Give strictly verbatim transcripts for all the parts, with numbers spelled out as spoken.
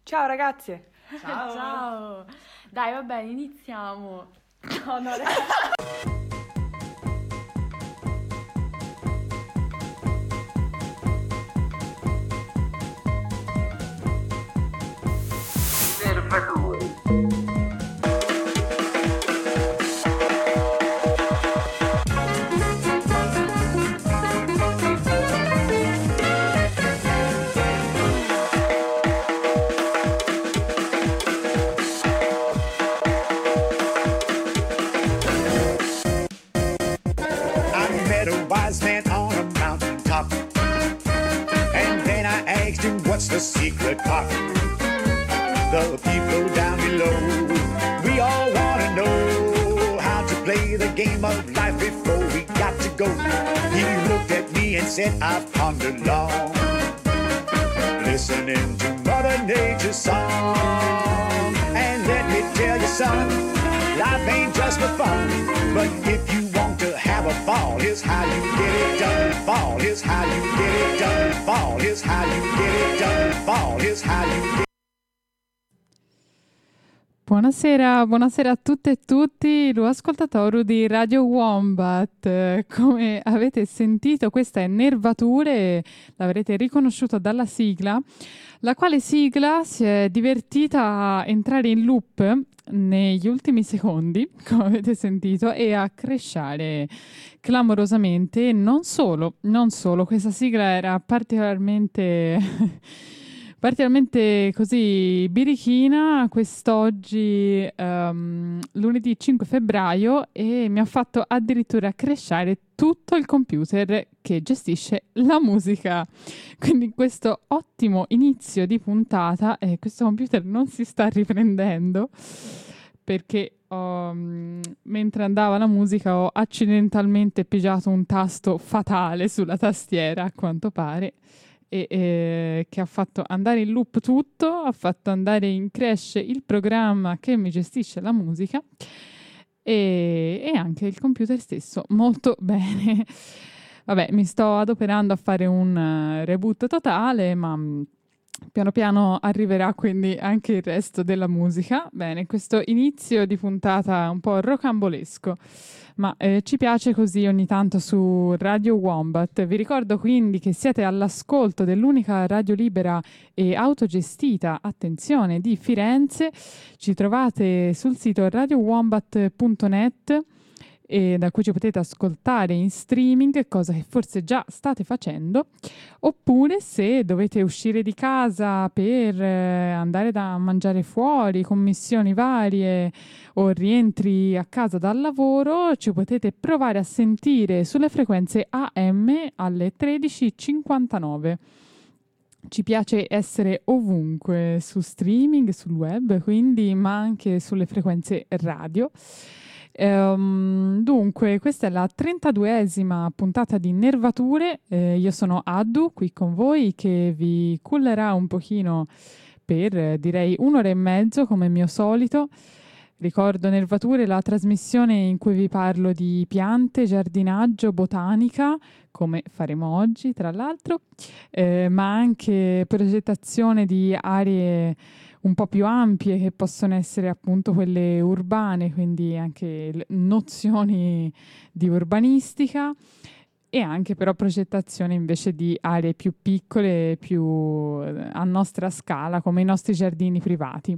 Ciao ragazze! Ciao! Ciao! Dai, va bene, iniziamo. No, no, Wise man on a mountain top, and then I asked him what's the secret pop. The people down below, we all wanna know how to play the game of life before we got to go. He looked at me and said, I've pondered long, listening to Mother Nature's song. And let me tell you, son, life ain't just for fun, but if you want to have a ball, here's how you get it done. Ball, here's how you get it done. Ball, here's how you get it done. Ball, here's how you get it done. Buonasera, buonasera a tutte e tutti, lo ascoltatore di Radio Wombat. Come avete sentito, questa è Nervature, l'avrete riconosciuto dalla sigla, la quale sigla si è divertita a entrare in loop negli ultimi secondi, come avete sentito, e a crescere clamorosamente. Non solo, non solo, questa sigla era particolarmente... particolarmente così birichina quest'oggi, um, lunedì cinque febbraio, e mi ha fatto addirittura crescere tutto il computer che gestisce la musica. Quindi questo ottimo inizio di puntata, e eh, questo computer non si sta riprendendo perché um, mentre andava la musica ho accidentalmente pigiato un tasto fatale sulla tastiera, a quanto pare, E, e, che ha fatto andare in loop tutto, ha fatto andare in crash il programma che mi gestisce la musica e, e anche il computer stesso molto bene. Vabbè, mi sto adoperando a fare un uh, reboot totale, ma mh, piano piano arriverà quindi anche il resto della musica. Bene, questo inizio di puntata un po' rocambolesco, ma eh, ci piace così ogni tanto su Radio Wombat. Vi ricordo quindi che siete all'ascolto dell'unica radio libera e autogestita, attenzione, di Firenze. Ci trovate sul sito radio wombat punto net, e da cui ci potete ascoltare in streaming, cosa che forse già state facendo, oppure se dovete uscire di casa per eh, andare da mangiare fuori, commissioni varie, o rientri a casa dal lavoro, ci potete provare a sentire sulle frequenze A M alle tredici e cinquantanove. Ci piace essere ovunque, su streaming, sul web, quindi, ma anche sulle frequenze radio. Um, dunque, questa è la trentaduesima puntata di Nervature. Eh, io sono Addu, qui con voi, che vi cullerà un pochino per, eh, direi, un'ora e mezzo, come mio solito. Ricordo Nervature, la trasmissione in cui vi parlo di piante, giardinaggio, botanica, come faremo oggi, tra l'altro, eh, ma anche progettazione di aree un po' più ampie, che possono essere appunto quelle urbane, quindi anche nozioni di urbanistica, e anche però progettazione invece di aree più piccole, più a nostra scala, come i nostri giardini privati.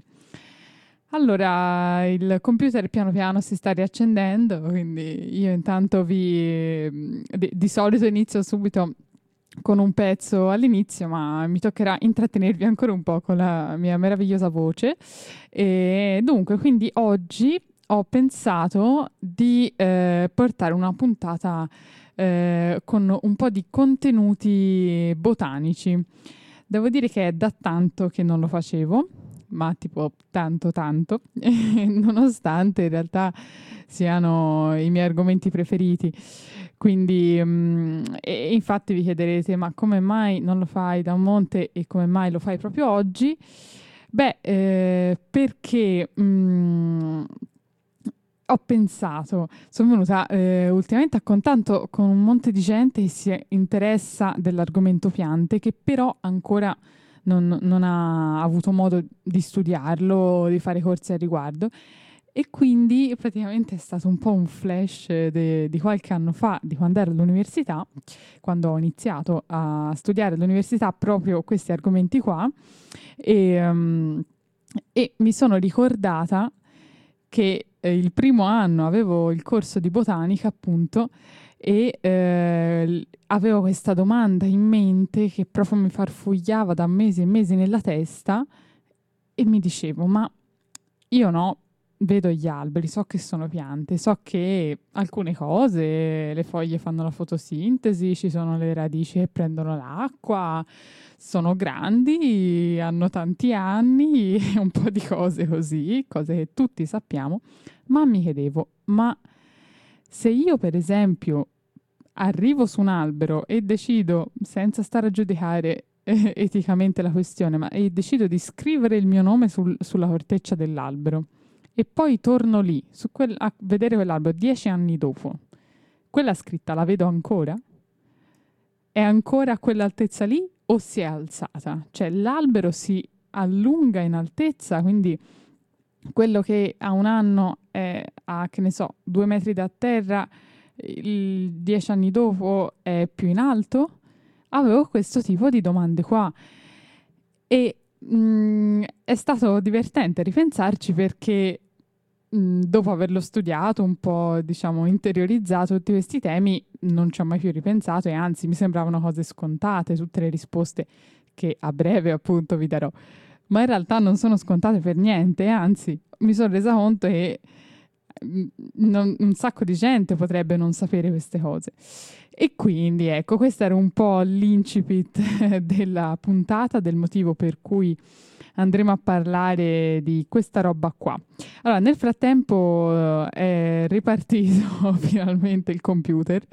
Allora, il computer piano piano si sta riaccendendo, quindi io intanto vi... di, di solito inizio subito con un pezzo all'inizio, ma mi toccherà intrattenervi ancora un po' con la mia meravigliosa voce. E dunque, quindi oggi ho pensato di eh, portare una puntata eh, con un po' di contenuti botanici. Devo dire che è da tanto che non lo facevo, ma tipo tanto tanto, nonostante in realtà siano i miei argomenti preferiti. Quindi, um, e infatti vi chiederete, ma come mai non lo fai da un monte e come mai lo fai proprio oggi? Beh, eh, perché um, ho pensato, sono venuta eh, ultimamente a contatto con un monte di gente che si interessa dell'argomento piante, che però ancora non, non ha avuto modo di studiarlo, di fare corsi al riguardo. E quindi praticamente è stato un po' un flash de, di qualche anno fa, di quando ero all'università, quando ho iniziato a studiare all'università proprio questi argomenti qua, e, um, e mi sono ricordata che eh, il primo anno avevo il corso di botanica, appunto, e eh, avevo questa domanda in mente che proprio mi farfugliava da mesi e mesi nella testa, e mi dicevo, ma io no, vedo gli alberi, so che sono piante, so che alcune cose, le foglie fanno la fotosintesi, ci sono le radici che prendono l'acqua, sono grandi, hanno tanti anni, un po' di cose così, cose che tutti sappiamo, ma mi chiedevo, ma se io per esempio arrivo su un albero e decido, senza stare a giudicare eh, eticamente la questione, ma e decido di scrivere il mio nome sul, sulla corteccia dell'albero, e poi torno lì su quel, a vedere quell'albero dieci anni dopo, quella scritta la vedo ancora? È ancora a quell'altezza lì o si è alzata? Cioè l'albero si allunga in altezza, quindi quello che a un anno è a, che ne so, due metri da terra, il dieci anni dopo è più in alto? Avevo questo tipo di domande qua, e Mm, è stato divertente ripensarci perché mh, dopo averlo studiato, un po', diciamo, interiorizzato tutti questi temi, non ci ho mai più ripensato, e anzi mi sembravano cose scontate tutte le risposte che a breve appunto vi darò, ma in realtà non sono scontate per niente, anzi mi sono resa conto che mh, non, un sacco di gente potrebbe non sapere queste cose. E quindi ecco, questo era un po' l'incipit della puntata, del motivo per cui andremo a parlare di questa roba qua. Allora, nel frattempo è ripartito finalmente il computer,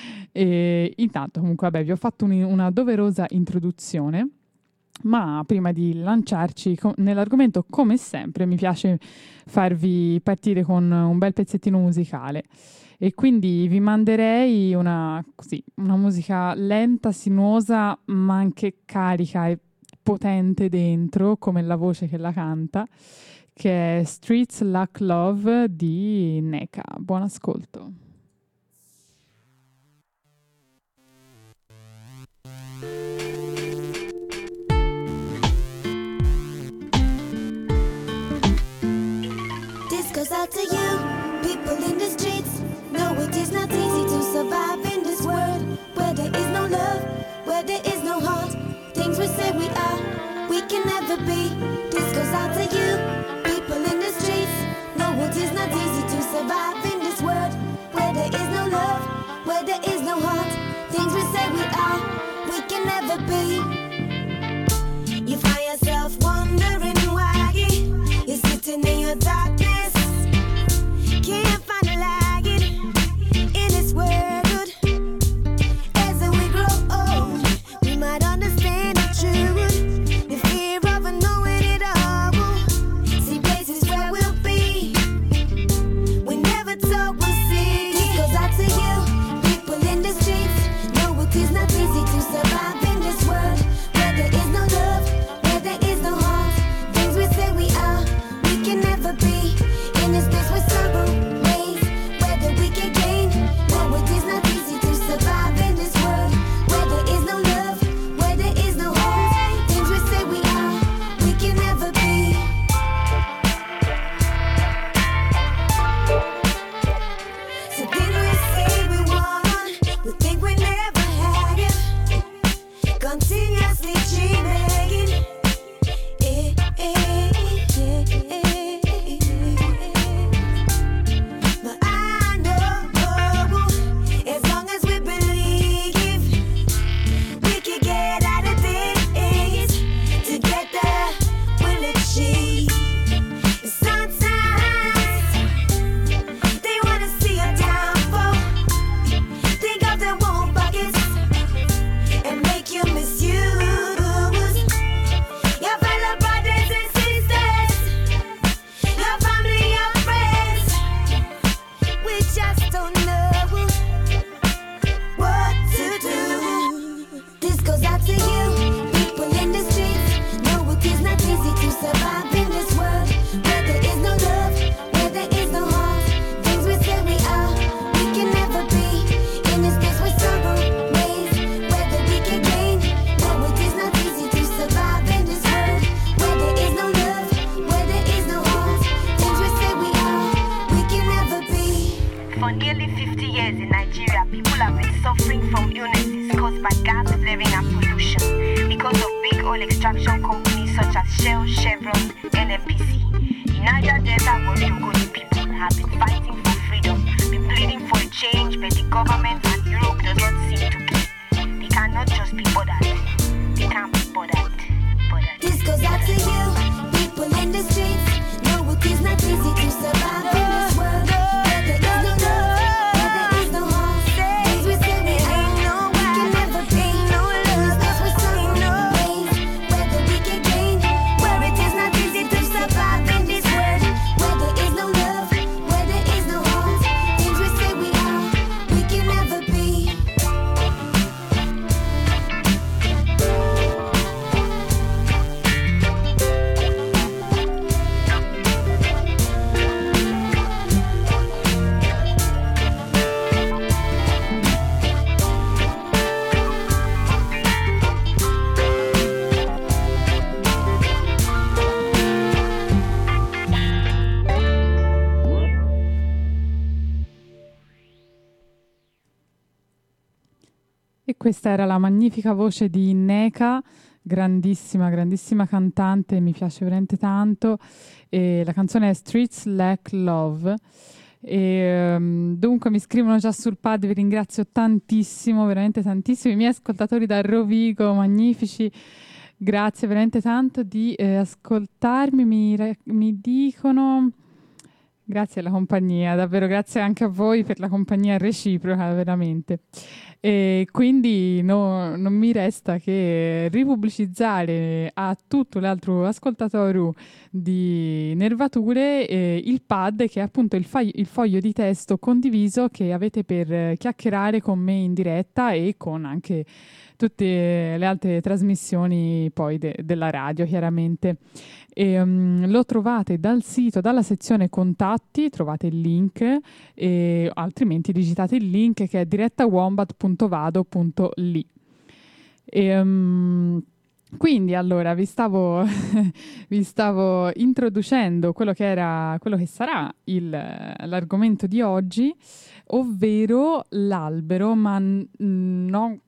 e intanto comunque vabbè, vi ho fatto un, una doverosa introduzione, ma prima di lanciarci co- nell'argomento, come sempre mi piace farvi partire con un bel pezzettino musicale. E quindi vi manderei una, così, una musica lenta, sinuosa, ma anche carica e potente dentro, come la voce che la canta, che è Streets Luck Love di Neka. Buon ascolto. This goes out to you, people in the streets. No, it is not easy to survive in this world where there is no love, where there is no heart. Things we say we are, we can never be. This goes out to you, people in the streets. No, it is not easy to survive in this world where there is no love, where there is no heart. Things we say we are, we can never be. You find yourself wondering why you're sitting in your darkness, can't find a light in this world. As we grow old, we might understand the truth, the fear of knowing it all. See places where we'll be, we never thought we'll see. This goes out to you, people in the streets. No, it is not easy to survive in this world where extraction companies such as Shell, Chevron, N N P C. In Niger Delta, where the Ogoni people have been fighting for freedom, been pleading for a change, but the government and Europe does not seem to care. They cannot just be bothered. They can't be bothered. bothered. This goes out to you, people in the streets. No, it is not easy to survive in this world where there is no love, where there is no heart. Things we say we ain't no, we can never be no love. Cause we're so ways, whether we can gain, where it is not easy to survive in this world where there is no love, where there is no heart. Things we say we are, we can never be. E questa era la magnifica voce di Nneka, grandissima, grandissima cantante, mi piace veramente tanto. E la canzone è Streets Lack Love. E, um, dunque mi scrivono già sul pad, vi ringrazio tantissimo, veramente tantissimo. I miei ascoltatori da Rovigo, magnifici, grazie veramente tanto di eh, ascoltarmi, mi, re- mi dicono... Grazie alla compagnia, davvero grazie anche a voi per la compagnia reciproca, veramente. E quindi no, non mi resta che ripubblicizzare a tutto l'altro ascoltatore di Nervature eh, il pad, che è appunto il, fa- il foglio di testo condiviso che avete per chiacchierare con me in diretta e con anche tutte le altre trasmissioni poi de- della radio, chiaramente. E, um, lo trovate dal sito, dalla sezione contatti, trovate il link, e altrimenti digitate il link che è direttawombat punto vado punto li. E, um, quindi allora vi stavo, vi stavo introducendo quello che era, quello che sarà il, l'argomento di oggi, ovvero l'albero, ma n- non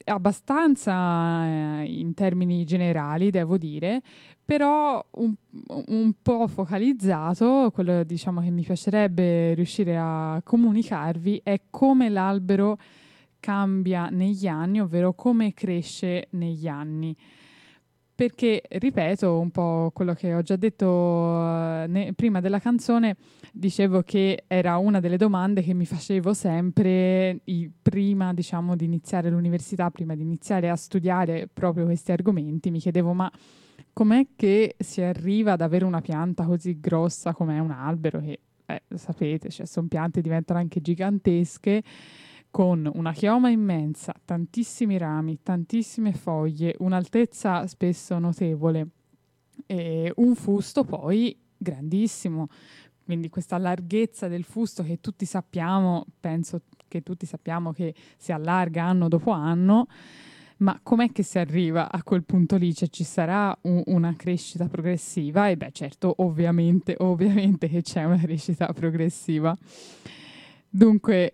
abbastanza eh, in termini generali, devo dire, però un, un po' focalizzato. Quello, diciamo, che mi piacerebbe riuscire a comunicarvi è come l'albero cambia negli anni, ovvero come cresce negli anni. Perché, ripeto un po' quello che ho già detto uh, ne, prima della canzone, dicevo che era una delle domande che mi facevo sempre i, prima, diciamo, di iniziare l'università, prima di iniziare a studiare proprio questi argomenti. Mi chiedevo, ma com'è che si arriva ad avere una pianta così grossa come un albero, che, eh, sapete, cioè, sono piante che diventano anche gigantesche, con una chioma immensa, tantissimi rami, tantissime foglie, un'altezza spesso notevole e un fusto poi grandissimo. Quindi questa larghezza del fusto che tutti sappiamo, penso che tutti sappiamo che si allarga anno dopo anno, ma com'è che si arriva a quel punto lì? Cioè, ci sarà un, una crescita progressiva? E beh, certo, ovviamente, ovviamente che c'è una crescita progressiva. Dunque,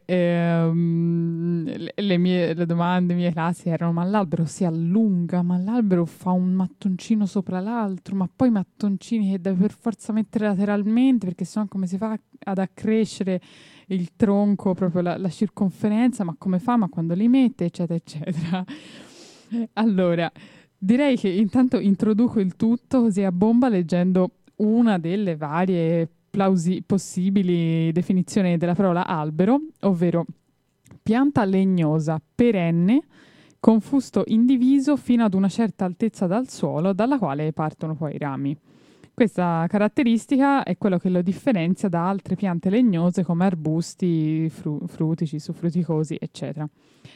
ehm, le, le mie le domande, le mie classi erano: ma l'albero si allunga, ma l'albero fa un mattoncino sopra l'altro, ma poi mattoncini che deve per forza mettere lateralmente, perché sennò come si fa ad accrescere il tronco, proprio la, la circonferenza, ma come fa, ma quando li mette, eccetera, eccetera. Allora, direi che intanto introduco il tutto così a bomba leggendo una delle varie plausi- possibili definizioni della parola albero, ovvero pianta legnosa, perenne, con fusto indiviso fino ad una certa altezza dal suolo, dalla quale partono poi i rami. Questa caratteristica è quello che lo differenzia da altre piante legnose come arbusti, fru- frutici, suffruticosi, eccetera.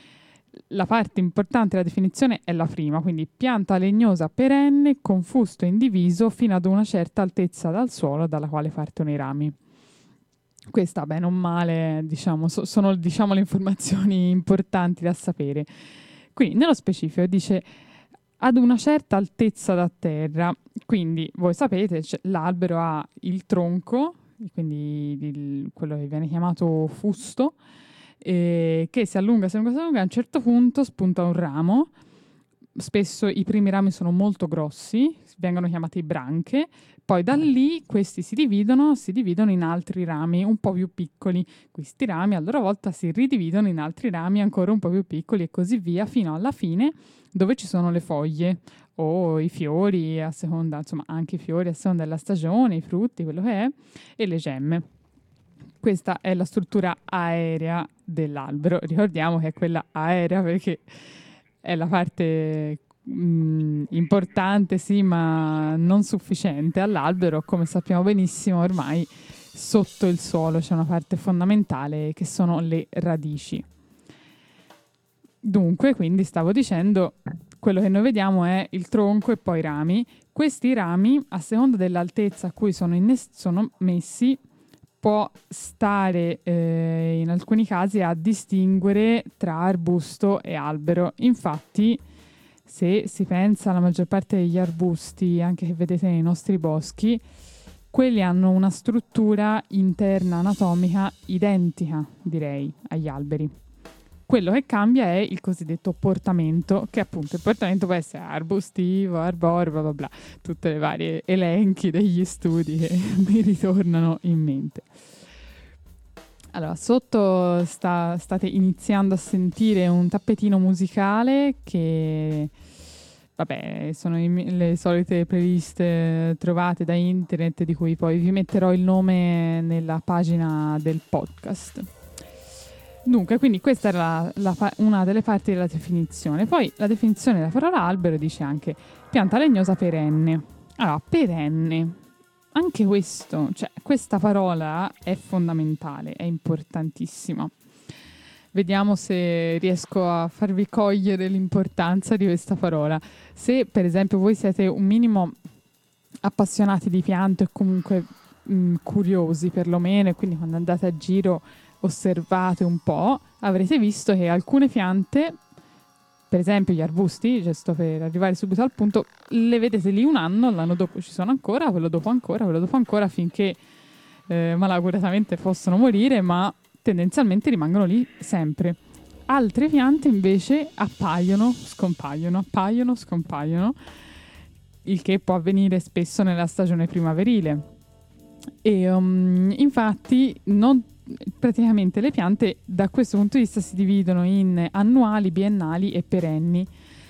La parte importante della definizione è la prima, quindi pianta legnosa perenne con fusto indiviso fino ad una certa altezza dal suolo dalla quale partono i rami. Questa, beh, non male, diciamo, so, sono diciamo, le informazioni importanti da sapere. Quindi, nello specifico, dice ad una certa altezza da terra. Quindi, voi sapete, cioè, l'albero ha il tronco, quindi il, quello che viene chiamato fusto, eh, che si allunga, si allunga, si allunga, a un certo punto spunta un ramo, spesso i primi rami sono molto grossi, vengono chiamati branche, poi da lì questi si dividono, si dividono in altri rami un po' più piccoli. Questi rami a loro volta si ridividono in altri rami ancora un po' più piccoli e così via fino alla fine dove ci sono le foglie o i fiori a seconda, insomma anche i fiori a seconda della stagione, i frutti, quello che è, e le gemme. Questa è la struttura aerea dell'albero. Ricordiamo che è quella aerea perché è la parte mh, importante, sì, ma non sufficiente all'albero. Come sappiamo benissimo ormai, sotto il suolo c'è una parte fondamentale che sono le radici. Dunque, quindi stavo dicendo, quello che noi vediamo è il tronco e poi i rami. Questi rami, a seconda dell'altezza a cui sono, innes- sono messi, può stare eh, in alcuni casi a distinguere tra arbusto e albero. Infatti, se si pensa alla maggior parte degli arbusti, anche che vedete nei nostri boschi, quelli hanno una struttura interna anatomica identica, direi, agli alberi. Quello che cambia è il cosiddetto portamento, che appunto il portamento può essere arbustivo, arboreo, bla bla bla, tutte le varie elenchi degli studi che mi ritornano in mente. Allora, sotto sta, state iniziando a sentire un tappetino musicale che, vabbè, sono i, le solite playlist trovate da internet, di cui poi vi metterò il nome nella pagina del podcast. Dunque, quindi questa era la, la, una delle parti della definizione. Poi la definizione della parola albero dice anche pianta legnosa perenne. Allora, perenne, anche questo, cioè questa parola è fondamentale, è importantissima. Vediamo se riesco a farvi cogliere l'importanza di questa parola. Se per esempio voi siete un minimo appassionati di piante o comunque mh, curiosi perlomeno, e quindi quando andate a giro osservate un po', avrete visto che alcune piante, per esempio gli arbusti, cioè sto per arrivare subito al punto, le vedete lì un anno, l'anno dopo ci sono ancora, quello dopo ancora, quello dopo ancora, finché eh, malauguratamente possono morire, ma tendenzialmente rimangono lì sempre. Altre piante invece appaiono, scompaiono, appaiono, scompaiono, il che può avvenire spesso nella stagione primaverile. E um, infatti non praticamente le piante da questo punto di vista si dividono in annuali, biennali e perenni.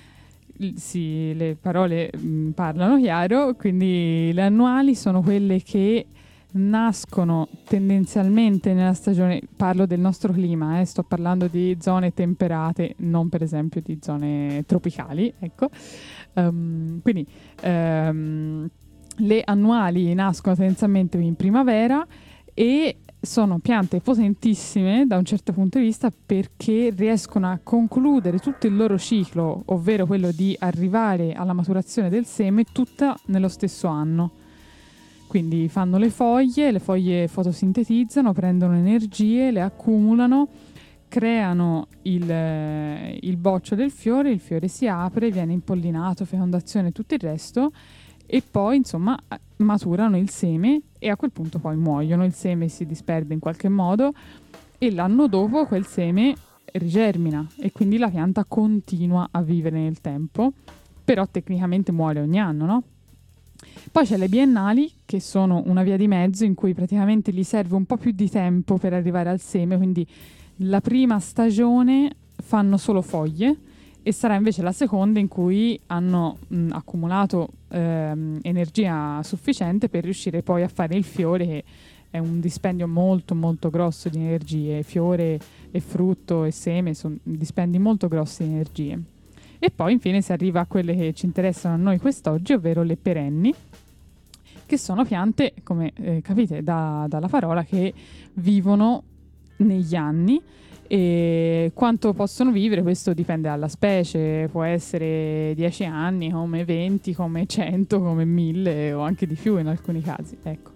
Sì, le parole mh, parlano chiaro, quindi le annuali sono quelle che nascono tendenzialmente nella stagione, parlo del nostro clima, eh, sto parlando di zone temperate, non per esempio di zone tropicali, ecco. Um, quindi um, le annuali nascono tendenzialmente in primavera e sono piante potentissime da un certo punto di vista perché riescono a concludere tutto il loro ciclo, ovvero quello di arrivare alla maturazione del seme, tutta nello stesso anno. Quindi fanno le foglie, le foglie fotosintetizzano, prendono energie, le accumulano, creano il, il boccio del fiore, il fiore si apre, viene impollinato, fecondazione e tutto il resto, e poi insomma maturano il seme e a quel punto poi muoiono, il seme si disperde in qualche modo e l'anno dopo quel seme rigermina e quindi la pianta continua a vivere nel tempo, però tecnicamente muore ogni anno, no? Poi c'è le biennali, che sono una via di mezzo in cui praticamente gli serve un po' più di tempo per arrivare al seme, quindi la prima stagione fanno solo foglie e sarà invece la seconda in cui hanno mh, accumulato ehm, energia sufficiente per riuscire poi a fare il fiore, che è un dispendio molto molto grosso di energie. Fiore e frutto e seme sono dispendi molto grossi di energie. E poi infine si arriva a quelle che ci interessano a noi quest'oggi, ovvero le perenni, che sono piante, come eh, capite da, dalla parola, che vivono negli anni. E quanto possono vivere questo dipende dalla specie, può essere dieci anni, come venti, come cento, come mille o anche di più in alcuni casi, ecco.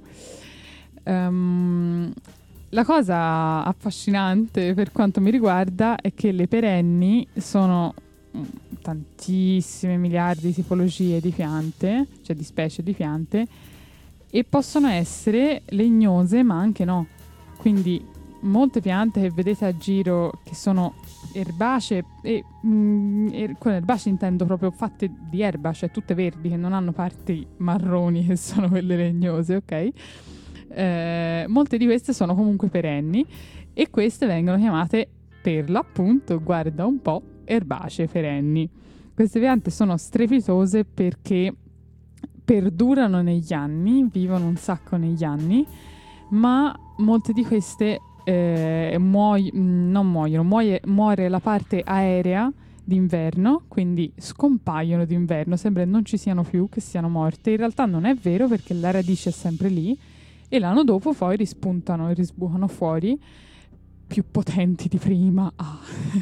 Um, la cosa affascinante per quanto mi riguarda è che le perenni sono tantissime miliardi di tipologie di piante, cioè di specie di piante, e possono essere legnose ma anche no, quindi molte piante che vedete a giro che sono erbacee, e mm, er- con erbacee intendo proprio fatte di erba, cioè tutte verdi, che non hanno parti marroni, che sono quelle legnose, ok? Eh, molte di queste sono comunque perenni, e queste vengono chiamate, per l'appunto, guarda un po', erbacee perenni. Queste piante sono strepitose perché perdurano negli anni, vivono un sacco negli anni, ma molte di queste eh, muoiono, non muoiono, muoie, muore la parte aerea d'inverno, quindi scompaiono d'inverno, sembra che non ci siano più, che siano morte. In realtà non è vero, perché la radice è sempre lì, e l'anno dopo poi rispuntano e risbucano fuori più potenti di prima. Ah.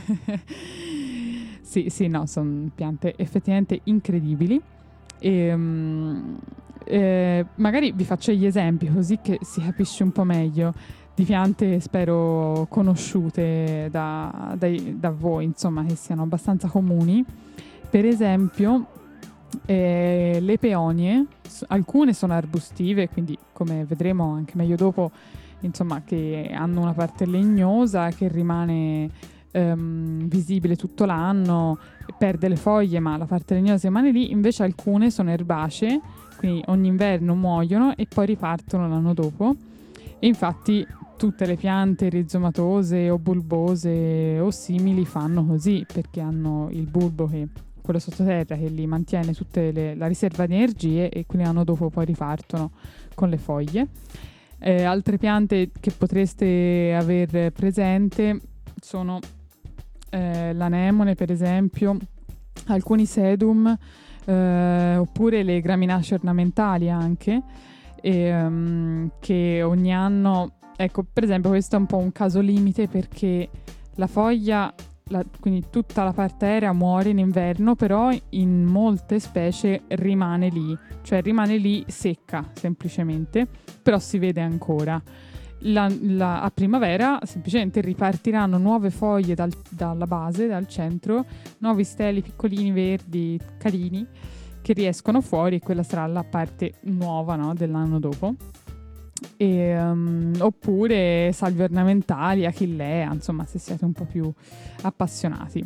sì, sì, no, sono piante effettivamente incredibili. E, um, eh, magari vi faccio gli esempi così che si capisce un po' meglio, di piante spero conosciute da, dai, da voi, insomma, che siano abbastanza comuni. Per esempio eh, le peonie, alcune sono arbustive, quindi come vedremo anche meglio dopo, insomma, che hanno una parte legnosa che rimane ehm, visibile tutto l'anno, perde le foglie ma la parte legnosa rimane lì. Invece alcune sono erbacee, quindi ogni inverno muoiono e poi ripartono l'anno dopo, e infatti tutte le piante rizomatose o bulbose o simili fanno così, perché hanno il bulbo, che quello sottoterra, che li mantiene tutte le, la riserva di energie, e quindi l'anno dopo poi ripartono con le foglie. Eh, altre piante che potreste aver presente sono eh, l'anemone, per esempio, alcuni sedum, eh, oppure le graminacee ornamentali anche, e, um, che ogni anno, ecco, per esempio questo è un po' un caso limite, perché la foglia, la, quindi tutta la parte aerea muore in inverno, però in molte specie rimane lì, cioè rimane lì secca semplicemente, però si vede ancora. La, la, a primavera semplicemente ripartiranno nuove foglie dal, dalla base, dal centro, nuovi steli piccolini verdi carini che riescono fuori, e quella sarà la parte nuova, no, dell'anno dopo. E, um, oppure salvie ornamentali, achillea, insomma, se siete un po' più appassionati.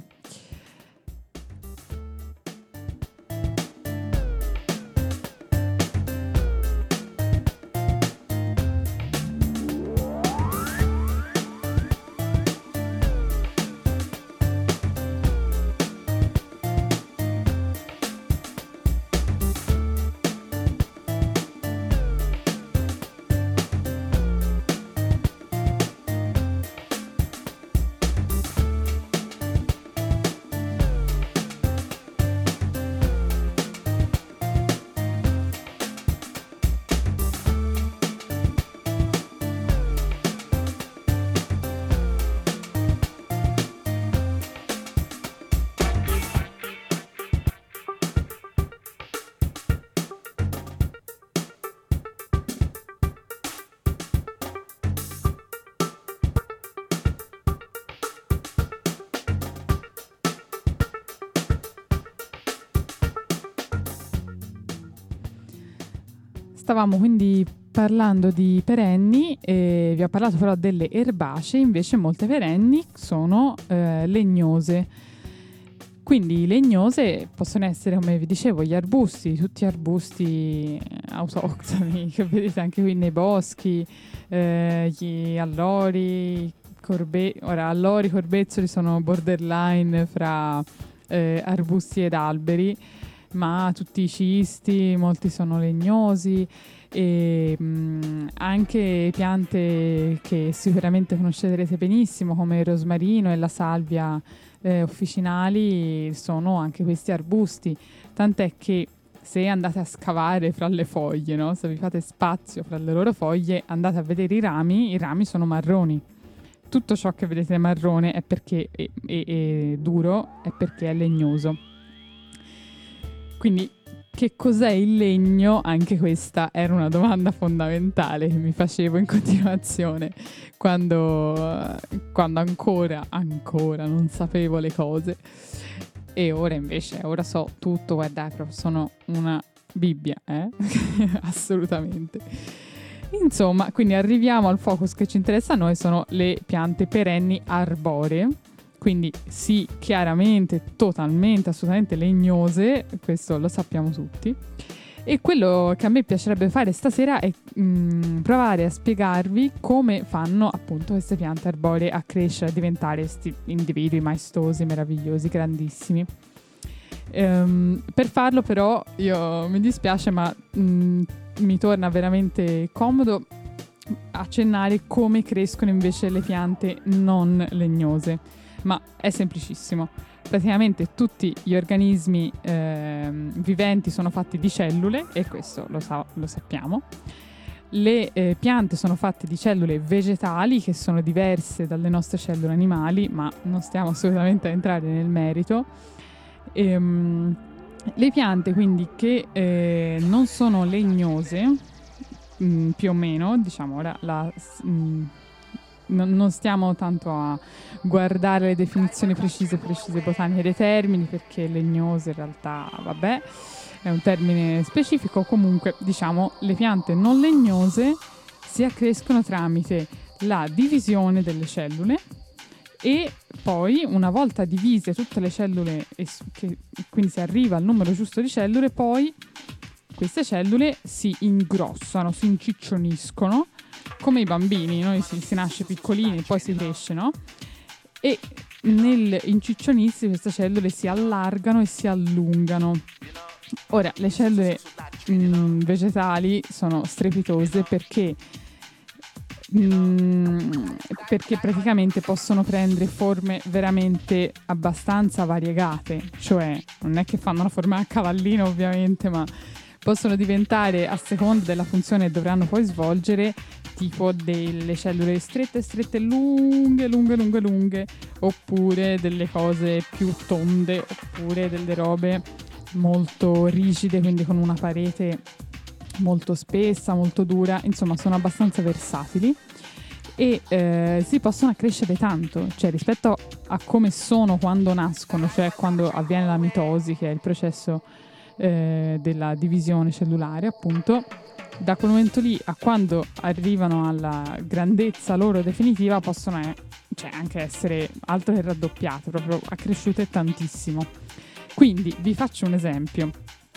Stavamo quindi parlando di perenni, e vi ho parlato però delle erbacee. Invece molte perenni sono eh, legnose. Quindi legnose possono essere, come vi dicevo, gli arbusti, tutti arbusti autoctoni che vedete anche qui nei boschi, eh, gli allori, corbe- ora allori, corbezzoli sono borderline fra eh, arbusti ed alberi, ma tutti i cisti, molti sono legnosi, e mh, anche piante che sicuramente conoscerete benissimo come il rosmarino e la salvia eh, officinali sono anche questi arbusti, tant'è che se andate a scavare fra le foglie, no? Se vi fate spazio fra le loro foglie, andate a vedere i rami, i rami sono marroni. Tutto ciò che vedete marrone è perché è, è, è duro, è perché è legnoso. Quindi che cos'è il legno? Anche questa era una domanda fondamentale che mi facevo in continuazione quando, quando ancora, ancora non sapevo le cose. E ora invece, ora so tutto, guardate, sono una Bibbia, eh? Assolutamente. Insomma, quindi arriviamo al focus che ci interessa a noi, sono le piante perenni arboree. Quindi sì, chiaramente, totalmente, assolutamente legnose, questo lo sappiamo tutti. E quello che a me piacerebbe fare stasera è mh, provare a spiegarvi come fanno appunto queste piante arboree a crescere, a diventare questi individui maestosi, meravigliosi, grandissimi. Ehm, per farlo però, io mi dispiace, ma mh, mi torna veramente comodo accennare come crescono invece le piante non legnose. Ma è semplicissimo. Praticamente tutti gli organismi eh, viventi sono fatti di cellule, e questo lo, sa- lo sappiamo. Le eh, piante sono fatte di cellule vegetali, che sono diverse dalle nostre cellule animali, ma non stiamo assolutamente a entrare nel merito. Ehm, le piante quindi che eh, non sono legnose, mh, più o meno, diciamo, ora la... Mh, non stiamo tanto a guardare le definizioni precise precise botaniche dei termini, perché legnose in realtà, vabbè, è un termine specifico. Comunque, diciamo, le piante non legnose si accrescono tramite la divisione delle cellule, e poi, una volta divise tutte le cellule, e che, quindi si arriva al numero giusto di cellule, poi queste cellule si ingrossano, si inciccioniscono, come i bambini, noi si, si nasce piccolini, poi si cresce, no? E nel inciccionirsi queste cellule si allargano e si allungano. Ora, le cellule mh, vegetali sono strepitose perché, mh, perché praticamente possono prendere forme veramente abbastanza variegate, cioè non è che fanno la forma a cavallino ovviamente, ma possono diventare, a seconda della funzione che dovranno poi svolgere, tipo delle cellule strette, strette, lunghe, lunghe, lunghe, lunghe, oppure delle cose più tonde, oppure delle robe molto rigide, quindi con una parete molto spessa, molto dura. Insomma, sono abbastanza versatili e eh, si possono accrescere tanto, cioè rispetto a come sono quando nascono, cioè quando avviene la mitosi, che è il processo eh, della divisione cellulare, appunto. Da quel momento lì a quando arrivano alla grandezza loro definitiva possono eh, cioè anche essere altro che raddoppiate, proprio accresciute tantissimo. Quindi vi faccio un esempio.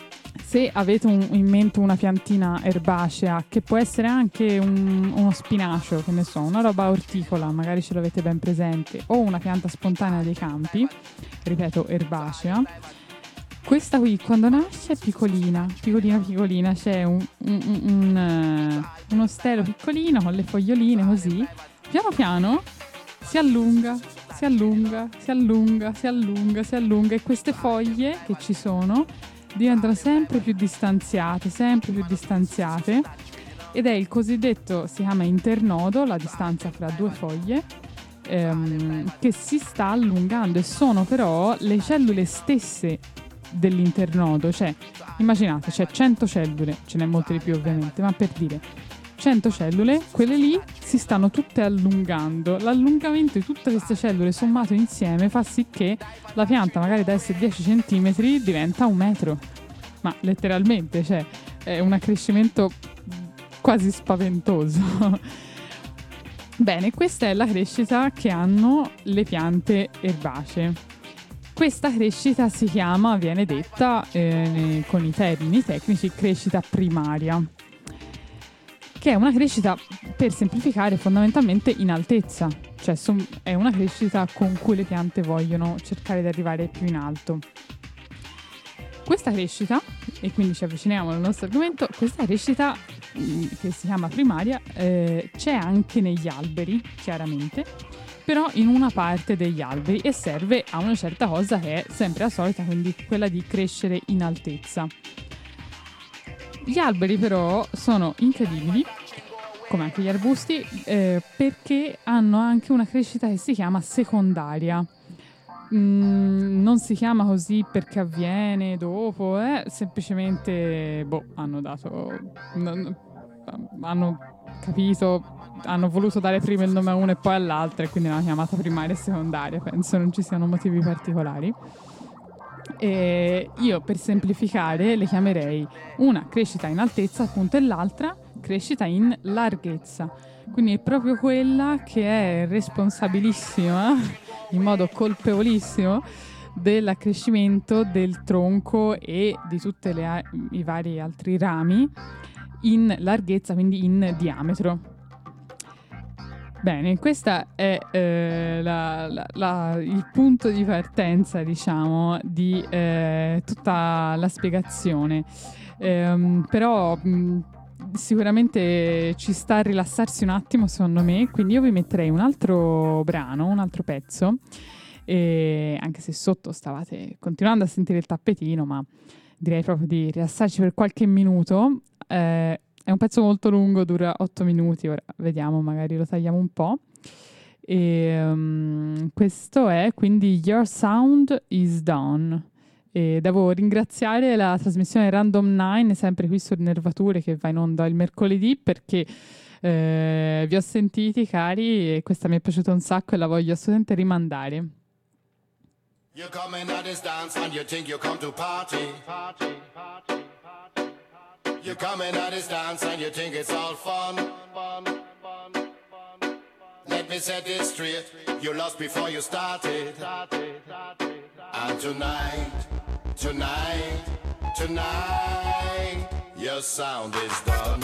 Se avete un, in mente una piantina erbacea, che può essere anche un, uno spinacio, che ne so, una roba orticola, magari ce l'avete ben presente, o una pianta spontanea dei campi, ripeto, erbacea, questa qui quando nasce è piccolina, piccolina, piccolina, c'è un, un, un, un, uh, uno stelo piccolino con le foglioline così, piano piano si allunga, si allunga, si allunga, si allunga, si allunga, e queste foglie che ci sono diventano sempre più distanziate, sempre più distanziate, ed è il cosiddetto, si chiama internodo, la distanza fra due foglie, ehm, che si sta allungando, e sono però le cellule stesse dell'internodo. Cioè, immaginate, c'è cento cellule, ce n'è molte di più ovviamente, ma per dire cento cellule, quelle lì si stanno tutte allungando. L'allungamento di tutte queste cellule sommato insieme fa sì che la pianta, magari da essere dieci centimetri, diventa un metro, ma letteralmente, cioè è un accrescimento quasi spaventoso. Bene, questa è la crescita che hanno le piante erbacee. Questa crescita si chiama, viene detta eh, con i termini tecnici, crescita primaria, che è una crescita, per semplificare, fondamentalmente in altezza, cioè son, è una crescita con cui le piante vogliono cercare di arrivare più in alto. Questa crescita, e quindi ci avviciniamo al nostro argomento, questa crescita mh, che si chiama primaria eh, c'è anche negli alberi, chiaramente, però in una parte degli alberi, e serve a una certa cosa che è sempre la solita, quindi quella di crescere in altezza. Gli alberi però sono incredibili, come anche gli arbusti, eh, perché hanno anche una crescita che si chiama secondaria. Mm, non si chiama così perché avviene dopo, eh, semplicemente boh, hanno dato, non, hanno capito, hanno voluto dare prima il nome a una e poi all'altra, e quindi l'hanno chiamata primaria e secondaria. Penso non ci siano motivi particolari. E io, per semplificare, le chiamerei una crescita in altezza, appunto, e l'altra crescita in larghezza. Quindi è proprio quella che è responsabilissima, in modo colpevolissimo, dell'accrescimento del tronco e di tutti i vari altri rami in larghezza, quindi in diametro. Bene, questo è eh, la, la, la, il punto di partenza, diciamo, di eh, tutta la spiegazione. Ehm, però mh, sicuramente ci sta a rilassarsi un attimo, secondo me, quindi io vi metterei un altro brano, un altro pezzo, e anche se sotto stavate continuando a sentire il tappetino, ma direi proprio di rilassarci per qualche minuto. Eh, È un pezzo molto lungo, dura otto minuti, ora vediamo, magari lo tagliamo un po'. E, um, questo è quindi Your Sound is Done. E devo ringraziare la trasmissione Random nine, sempre qui su Nervature, che va in onda il mercoledì, perché eh, vi ho sentiti, cari, e questa mi è piaciuta un sacco e la voglio assolutamente rimandare. You come in at this dance and you think you come to party. Party, party, party. You come in at this dance and you think it's all fun. Fun, fun, fun. Let me set it straight. You lost before you started. And tonight, tonight, tonight, your sound is done.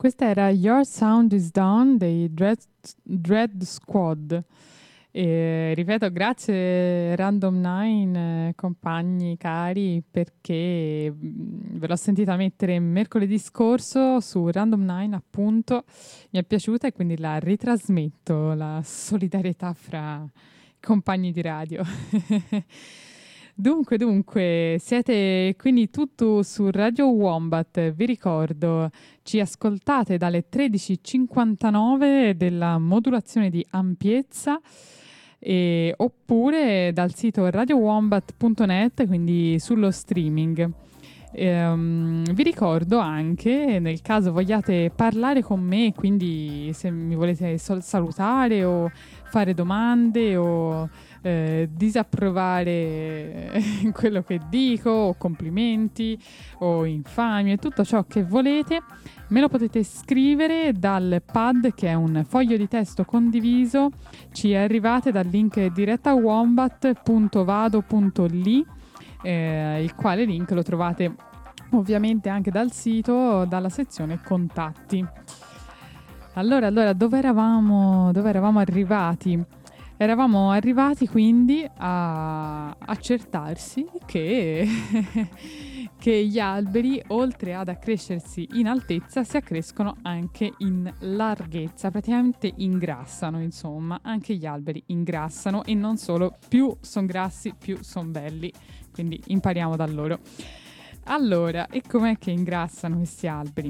Questa era Your Sound is Done dei Dread, Dread Squad. E, ripeto, grazie Random Nine, eh, compagni cari, perché mh, ve l'ho sentita mettere mercoledì scorso su Random Nine, appunto, mi è piaciuta e quindi la ritrasmetto, la solidarietà fra compagni di radio. Dunque, dunque, siete quindi tutto su Radio Wombat, vi ricordo, ci ascoltate dalle tredici e cinquantanove della modulazione di ampiezza, e, oppure dal sito radio wombat punto net, quindi sullo streaming. Ehm, vi ricordo anche, nel caso vogliate parlare con me, quindi se mi volete sol- salutare o fare domande o eh, disapprovare quello che dico, o complimenti o infamie, tutto ciò che volete, me lo potete scrivere dal pad, che è un foglio di testo condiviso. Ci arrivate dal link diretta wombat punto vado punto li, eh, il quale link lo trovate ovviamente anche dal sito, dalla sezione contatti. Allora, allora dove eravamo, dove eravamo arrivati? Eravamo arrivati quindi a accertarsi che, che gli alberi, oltre ad accrescersi in altezza, si accrescono anche in larghezza, praticamente ingrassano, insomma, anche gli alberi ingrassano, e non solo, più sono grassi più sono belli, quindi impariamo da loro. Allora, e com'è che ingrassano questi alberi?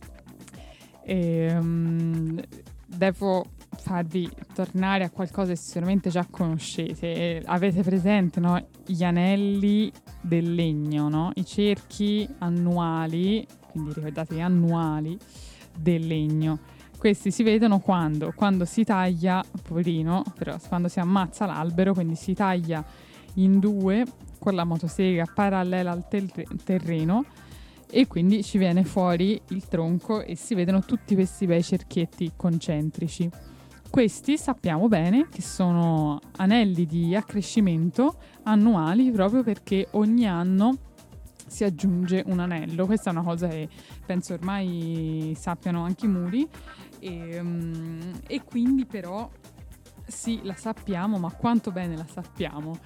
Ehm, devo farvi tornare a qualcosa che sicuramente già conoscete. Eh, avete presente, no? Gli anelli del legno, no? I cerchi annuali, quindi ricordatevi, annuali del legno. Questi si vedono quando? Quando si taglia, poverino, però quando si ammazza l'albero, quindi si taglia in due con la motosega parallela al ter- terreno, e quindi ci viene fuori il tronco e si vedono tutti questi bei cerchietti concentrici. Questi sappiamo bene che sono anelli di accrescimento annuali, proprio perché ogni anno si aggiunge un anello. Questa è una cosa che penso ormai sappiano anche i muri, e, um, e quindi però sì, la sappiamo, ma quanto bene la sappiamo?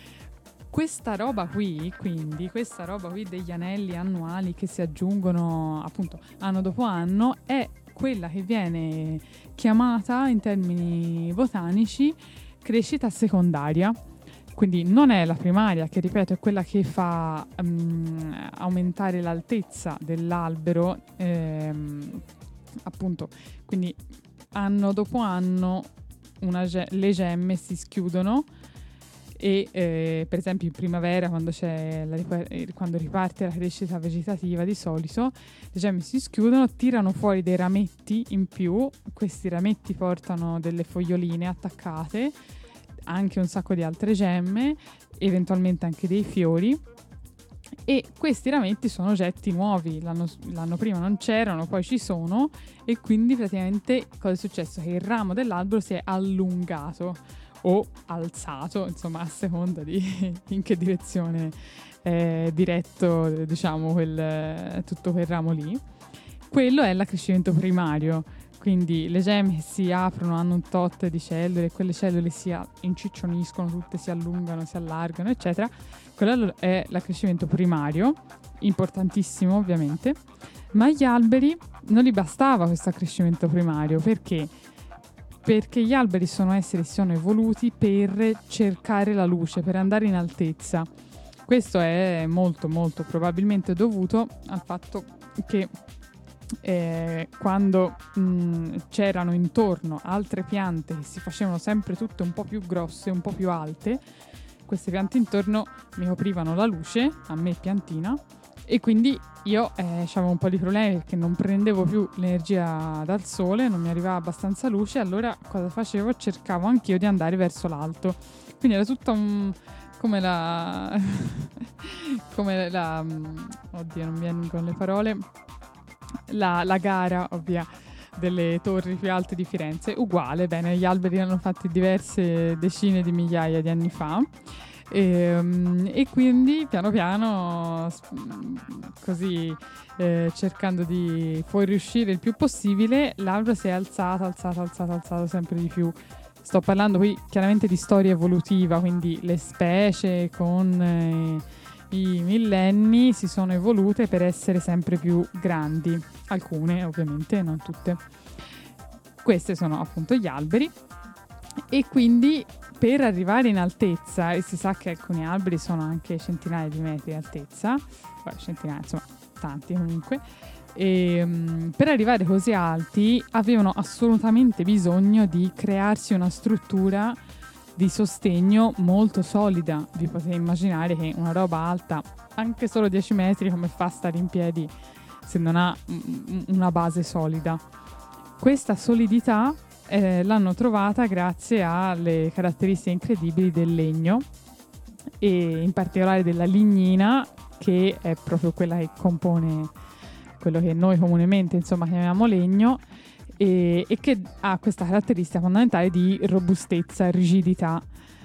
Questa roba qui, quindi, questa roba qui degli anelli annuali che si aggiungono appunto anno dopo anno, è quella che viene chiamata in termini botanici crescita secondaria. Quindi non è la primaria, che ripeto è quella che fa um, aumentare l'altezza dell'albero, ehm, appunto, quindi anno dopo anno una ge- le gemme si schiudono. E eh, per esempio in primavera, quando, c'è la rip- quando riparte la crescita vegetativa, di solito le gemme si schiudono, tirano fuori dei rametti in più. Questi rametti portano delle foglioline attaccate, anche un sacco di altre gemme, eventualmente anche dei fiori, e questi rametti sono oggetti nuovi. L'anno, l'anno prima non c'erano, poi ci sono, e quindi praticamente cosa è successo? Che il ramo dell'albero si è allungato o alzato, insomma, a seconda di in che direzione è diretto, diciamo, quel, tutto quel ramo lì. Quello è l'accrescimento primario, quindi le gemme si aprono, hanno un tot di cellule, e quelle cellule si inciccioniscono, tutte si allungano, si allargano, eccetera. Quello è l'accrescimento primario, importantissimo ovviamente, ma agli alberi non gli bastava questo accrescimento primario. Perché? Perché gli alberi sono esseri, si sono evoluti per cercare la luce, per andare in altezza. Questo è molto molto probabilmente dovuto al fatto che eh, quando mh, c'erano intorno altre piante che si facevano sempre tutte un po' più grosse, un po' più alte, queste piante intorno mi coprivano la luce, a me piantina, e quindi io eh, avevo un po' di problemi perché non prendevo più l'energia dal sole, non mi arrivava abbastanza luce. Allora cosa facevo? Cercavo anch'io di andare verso l'alto. Quindi era tutto un... come la... come la... oddio, non mi viene con le parole. La, la gara, ovvia, delle torri più alte di Firenze. Uguale, bene, gli alberi erano fatti diverse decine di migliaia di anni fa. E, um, e quindi piano piano, così eh, cercando di fuoriuscire il più possibile, l'albero si è alzato, alzato, alzato, alzato sempre di più. Sto parlando qui chiaramente di storia evolutiva, quindi le specie con eh, i millenni si sono evolute per essere sempre più grandi, alcune ovviamente, non tutte. Questi sono appunto gli alberi, e quindi per arrivare in altezza, e si sa che alcuni alberi sono anche centinaia di metri di altezza, beh, centinaia, insomma tanti comunque, e, um, per arrivare così alti avevano assolutamente bisogno di crearsi una struttura di sostegno molto solida. Vi potete immaginare che una roba alta anche solo dieci metri come fa a stare in piedi se non ha m- una base solida? Questa solidità eh, l'hanno trovata grazie alle caratteristiche incredibili del legno, e in particolare della lignina, che è proprio quella che compone quello che noi comunemente insomma chiamiamo legno, e, e che ha questa caratteristica fondamentale di robustezza, rigidità.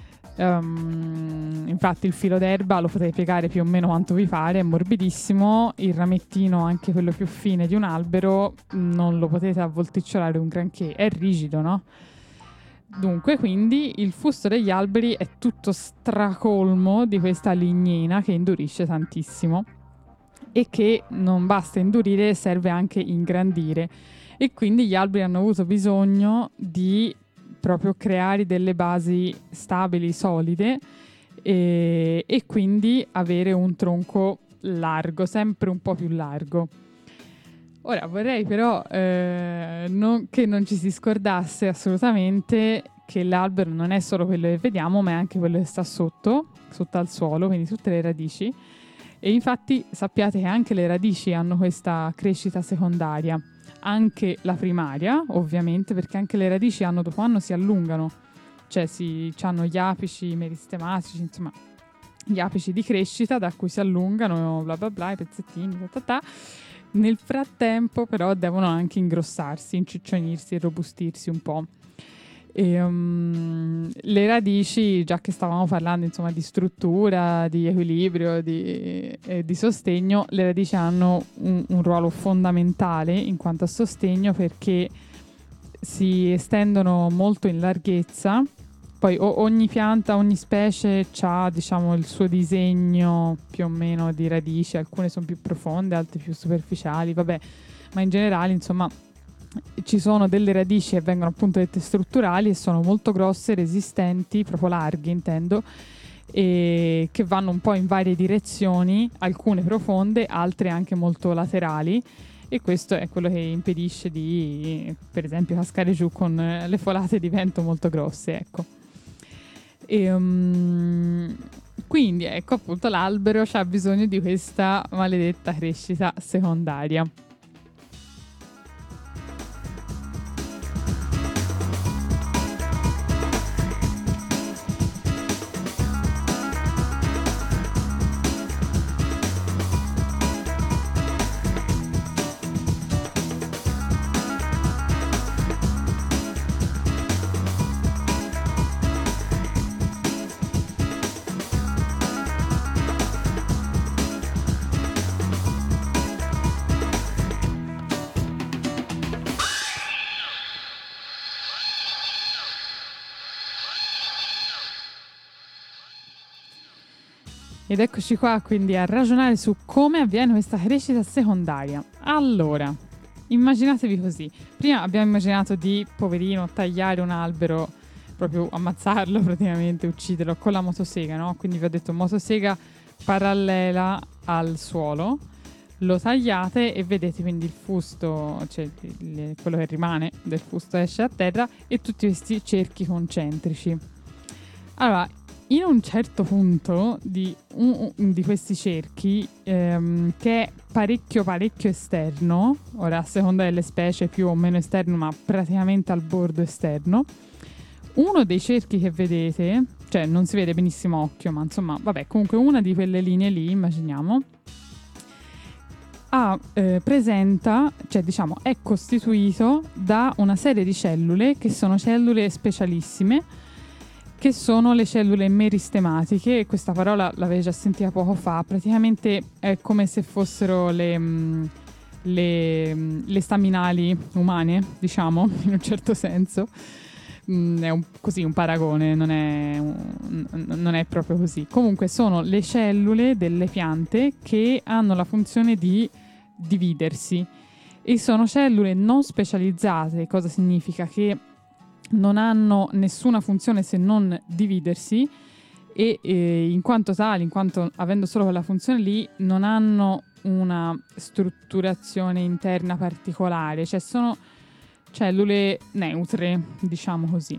Um, infatti il filo d'erba lo potete piegare più o meno quanto vi pare, è morbidissimo. Il ramettino, anche quello più fine di un albero, non lo potete avvolticciolare un granché, è rigido, no? Dunque, quindi il fusto degli alberi è tutto stracolmo di questa lignina che indurisce tantissimo, e che non basta indurire, serve anche ingrandire, e quindi gli alberi hanno avuto bisogno di proprio creare delle basi stabili, solide, e, e quindi avere un tronco largo, sempre un po' più largo. Ora vorrei però eh, non, che non ci si scordasse assolutamente che l'albero non è solo quello che vediamo, ma è anche quello che sta sotto, sotto al suolo, quindi tutte le radici. E infatti sappiate che anche le radici hanno questa crescita secondaria, anche la primaria ovviamente, perché anche le radici anno dopo anno si allungano, cioè si hanno gli apici meristematici, insomma gli apici di crescita da cui si allungano, bla bla bla, i pezzettini, ta ta ta. Nel frattempo però devono anche ingrossarsi, inciccionirsi e robustirsi un po'. E, um, le radici, già che stavamo parlando insomma di struttura, di equilibrio, di, eh, di sostegno, le radici hanno un, un ruolo fondamentale in quanto a sostegno, perché si estendono molto in larghezza. Poi o, ogni pianta, ogni specie ha, diciamo, il suo disegno più o meno di radici, alcune sono più profonde, altre più superficiali, vabbè, ma in generale insomma ci sono delle radici che vengono appunto dette strutturali e sono molto grosse, resistenti, proprio larghe intendo, e che vanno un po' in varie direzioni, alcune profonde, altre anche molto laterali, e questo è quello che impedisce di, per esempio, cascare giù con le folate di vento molto grosse, ecco. E, um, quindi ecco appunto l'albero ha bisogno di questa maledetta crescita secondaria. Ed eccoci qua quindi a ragionare su come avviene questa crescita secondaria. Allora, immaginatevi così. Prima abbiamo immaginato di, poverino, tagliare un albero, proprio ammazzarlo praticamente, ucciderlo con la motosega, no? Quindi vi ho detto motosega parallela al suolo, lo tagliate e vedete quindi il fusto, cioè il, quello che rimane del fusto esce a terra, e tutti questi cerchi concentrici. Allora, in un certo punto di, un, un, di questi cerchi, ehm, che è parecchio parecchio esterno, ora a seconda delle specie più o meno esterno, ma praticamente al bordo esterno, uno dei cerchi che vedete, cioè non si vede benissimo a occhio, ma insomma, vabbè, comunque una di quelle linee lì, immaginiamo, ha, eh, presenta, cioè diciamo è costituito da una serie di cellule che sono cellule specialissime, che sono le cellule meristematiche. Questa parola l'avevi già sentita poco fa. Praticamente è come se fossero le, mh, le, mh, le staminali umane, diciamo, in un certo senso. Mh, è un, così un paragone, non è, un, non è proprio così. Comunque sono le cellule delle piante che hanno la funzione di dividersi e sono cellule non specializzate. Cosa significa? Che non hanno nessuna funzione se non dividersi e eh, in quanto tali, in quanto avendo solo quella funzione lì, non hanno una strutturazione interna particolare, cioè sono cellule neutre, diciamo così.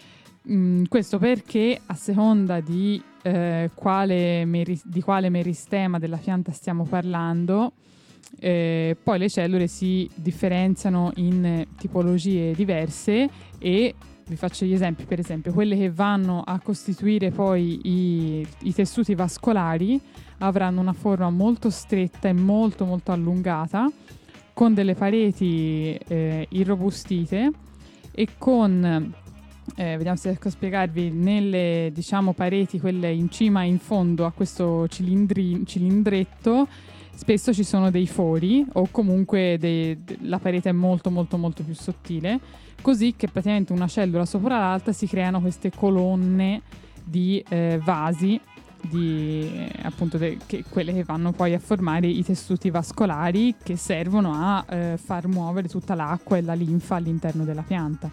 Mm, questo perché a seconda di, eh, quale meri- di quale meristema della pianta stiamo parlando, Eh, poi le cellule si differenziano in tipologie diverse e vi faccio gli esempi. Per esempio, quelle che vanno a costituire poi i, i tessuti vascolari avranno una forma molto stretta e molto molto allungata, con delle pareti eh, irrobustite e con eh, vediamo se riesco a spiegarvi, nelle diciamo pareti, quelle in cima e in fondo a questo cilindri, cilindretto, spesso ci sono dei fori o comunque dei, de, la parete è molto molto molto più sottile, così che praticamente una cellula sopra l'altra si creano queste colonne di eh, vasi, di, eh, appunto de, che, quelle che vanno poi a formare i tessuti vascolari che servono a eh, far muovere tutta l'acqua e la linfa all'interno della pianta.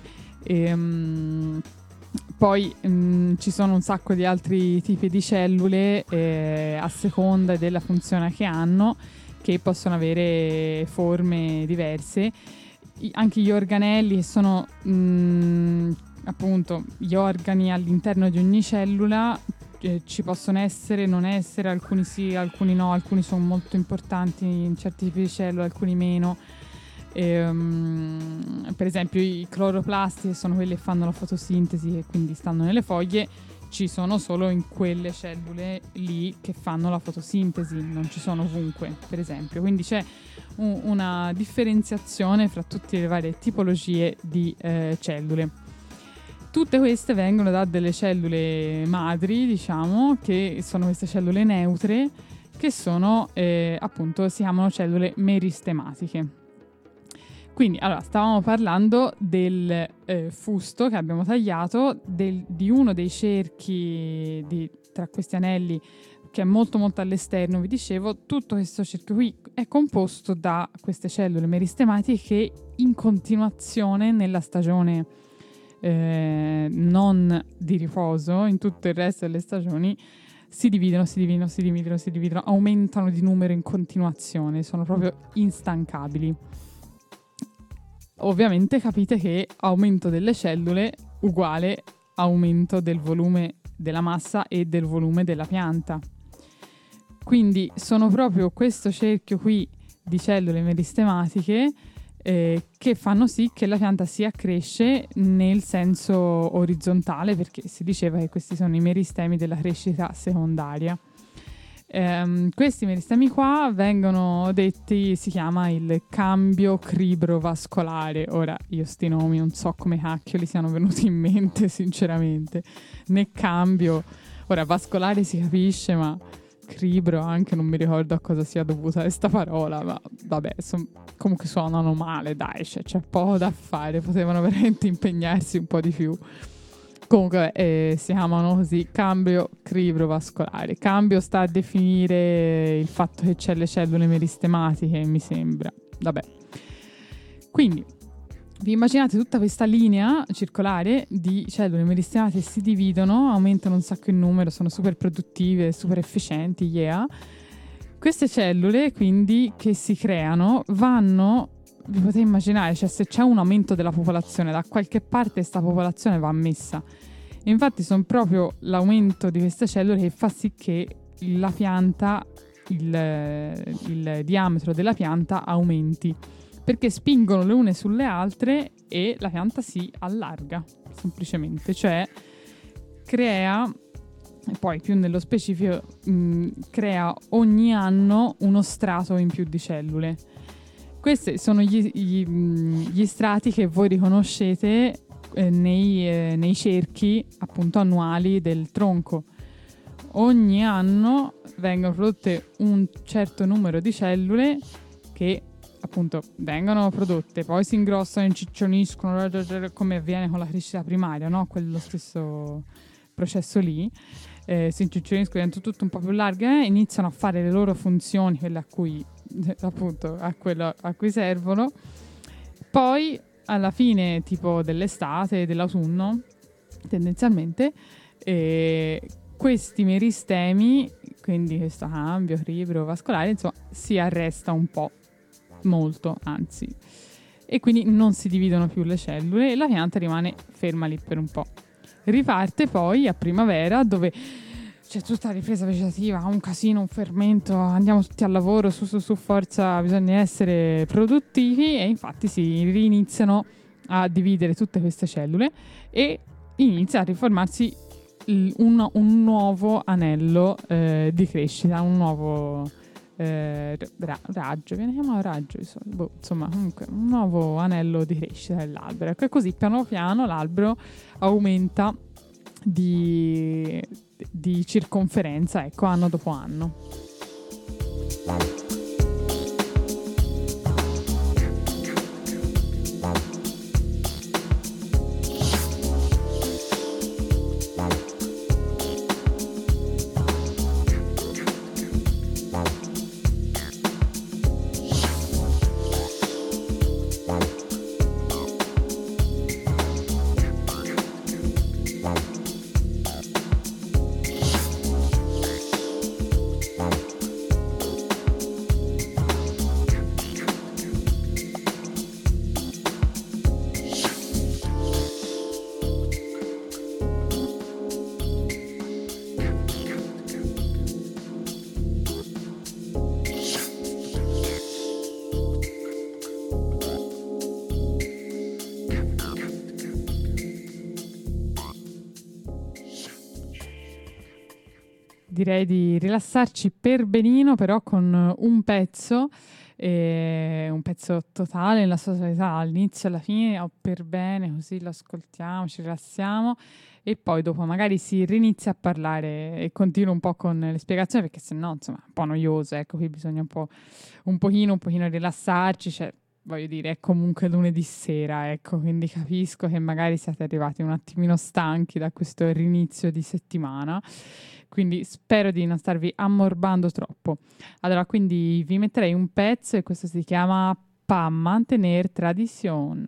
E, um, Poi mh, ci sono un sacco di altri tipi di cellule eh, a seconda della funzione che hanno, che possono avere forme diverse. I, anche gli organelli, che sono mh, appunto gli organi all'interno di ogni cellula, eh, ci possono essere, non essere, alcuni sì, alcuni no, alcuni sono molto importanti in certi tipi di cellule, alcuni meno. E, um, per esempio i cloroplasti, che sono quelli che fanno la fotosintesi e quindi stanno nelle foglie, ci sono solo in quelle cellule lì che fanno la fotosintesi, non ci sono ovunque, per esempio. Quindi c'è un, una differenziazione fra tutte le varie tipologie di eh, cellule. Tutte queste vengono da delle cellule madri, diciamo, che sono queste cellule neutre, che sono eh, appunto, si chiamano cellule meristematiche. Quindi, allora, stavamo parlando del eh, fusto che abbiamo tagliato, del, di uno dei cerchi di, tra questi anelli, che è molto molto all'esterno, vi dicevo. Tutto questo cerchio qui è composto da queste cellule meristematiche che in continuazione nella stagione eh, non di riposo, in tutto il resto delle stagioni, si dividono, si dividono, si dividono, si dividono, aumentano di numero in continuazione, sono proprio instancabili. Ovviamente capite che aumento delle cellule uguale aumento del volume della massa e del volume della pianta. Quindi sono proprio questo cerchio qui di cellule meristematiche eh, che fanno sì che la pianta si accresce nel senso orizzontale, perché si diceva che questi sono i meristemi della crescita secondaria. Um, questi meristemi qua vengono detti, si chiama il cambio cribrovascolare. Ora io sti nomi non so come cacchio li siano venuti in mente, sinceramente, né cambio, ora vascolare si capisce, ma cribro anche non mi ricordo a cosa sia dovuta questa parola, ma vabbè, son, comunque suonano male, dai, c'è, c'è poco da fare, potevano veramente impegnarsi un po' di più. Comunque eh, si chiamano così, cambio cribrovascolare. Cambio sta a definire il fatto che c'è le cellule meristematiche, mi sembra. Vabbè. Quindi, vi immaginate tutta questa linea circolare di cellule meristematiche che si dividono, aumentano un sacco in numero, sono super produttive, super efficienti, yeah. Queste cellule, quindi, che si creano, vanno... Vi potete immaginare, cioè se c'è un aumento della popolazione, da qualche parte questa popolazione va messa. E infatti sono proprio l'aumento di queste cellule che fa sì che la pianta, il, il diametro della pianta aumenti, perché spingono le une sulle altre e la pianta si allarga, semplicemente. Cioè crea, e poi più nello specifico, mh, crea ogni anno uno strato in più di cellule. Questi sono gli, gli, gli strati che voi riconoscete eh, nei, eh, nei cerchi appunto annuali del tronco. Ogni anno vengono prodotte un certo numero di cellule che appunto vengono prodotte, poi si ingrossano, inciccioniscono, come avviene con la crescita primaria, no? Quello stesso processo lì. Eh, si inciccioniscono, diventano tutto un po' più larghe, eh, iniziano a fare le loro funzioni, quelle a cui appunto a quello a cui servono. Poi alla fine tipo dell'estate, dell'autunno, tendenzialmente eh, questi meristemi, quindi questo cambio equilibrio vascolare, insomma, si arresta un po', molto anzi, e quindi non si dividono più le cellule e la pianta rimane ferma lì per un po'. Riparte poi a primavera, dove c'è tutta la ripresa vegetativa, un casino, un fermento, andiamo tutti al lavoro, su su su, forza, bisogna essere produttivi, e infatti si riniziano a dividere tutte queste cellule e inizia a riformarsi un, un nuovo anello eh, di crescita, un nuovo eh, ra- raggio, viene chiamato raggio, boh, insomma comunque un nuovo anello di crescita dell'albero. Ecco, e così piano piano l'albero aumenta di, di circonferenza, ecco, anno dopo anno. Direi di rilassarci per benino, però con un pezzo, eh, un pezzo totale nella sua totalità, all'inizio e alla fine, o per bene, così lo ascoltiamo, ci rilassiamo e poi dopo magari si rinizia a parlare e continuo un po' con le spiegazioni, perché sennò insomma è un po' noioso, ecco, qui bisogna un po' un pochino, un pochino rilassarci, cioè voglio dire, è comunque lunedì sera, ecco, quindi capisco che magari siete arrivati un attimino stanchi da questo rinizio di settimana, quindi spero di non starvi ammorbando troppo. Allora, quindi vi metterei un pezzo e questo si chiama Pa mantener tradición.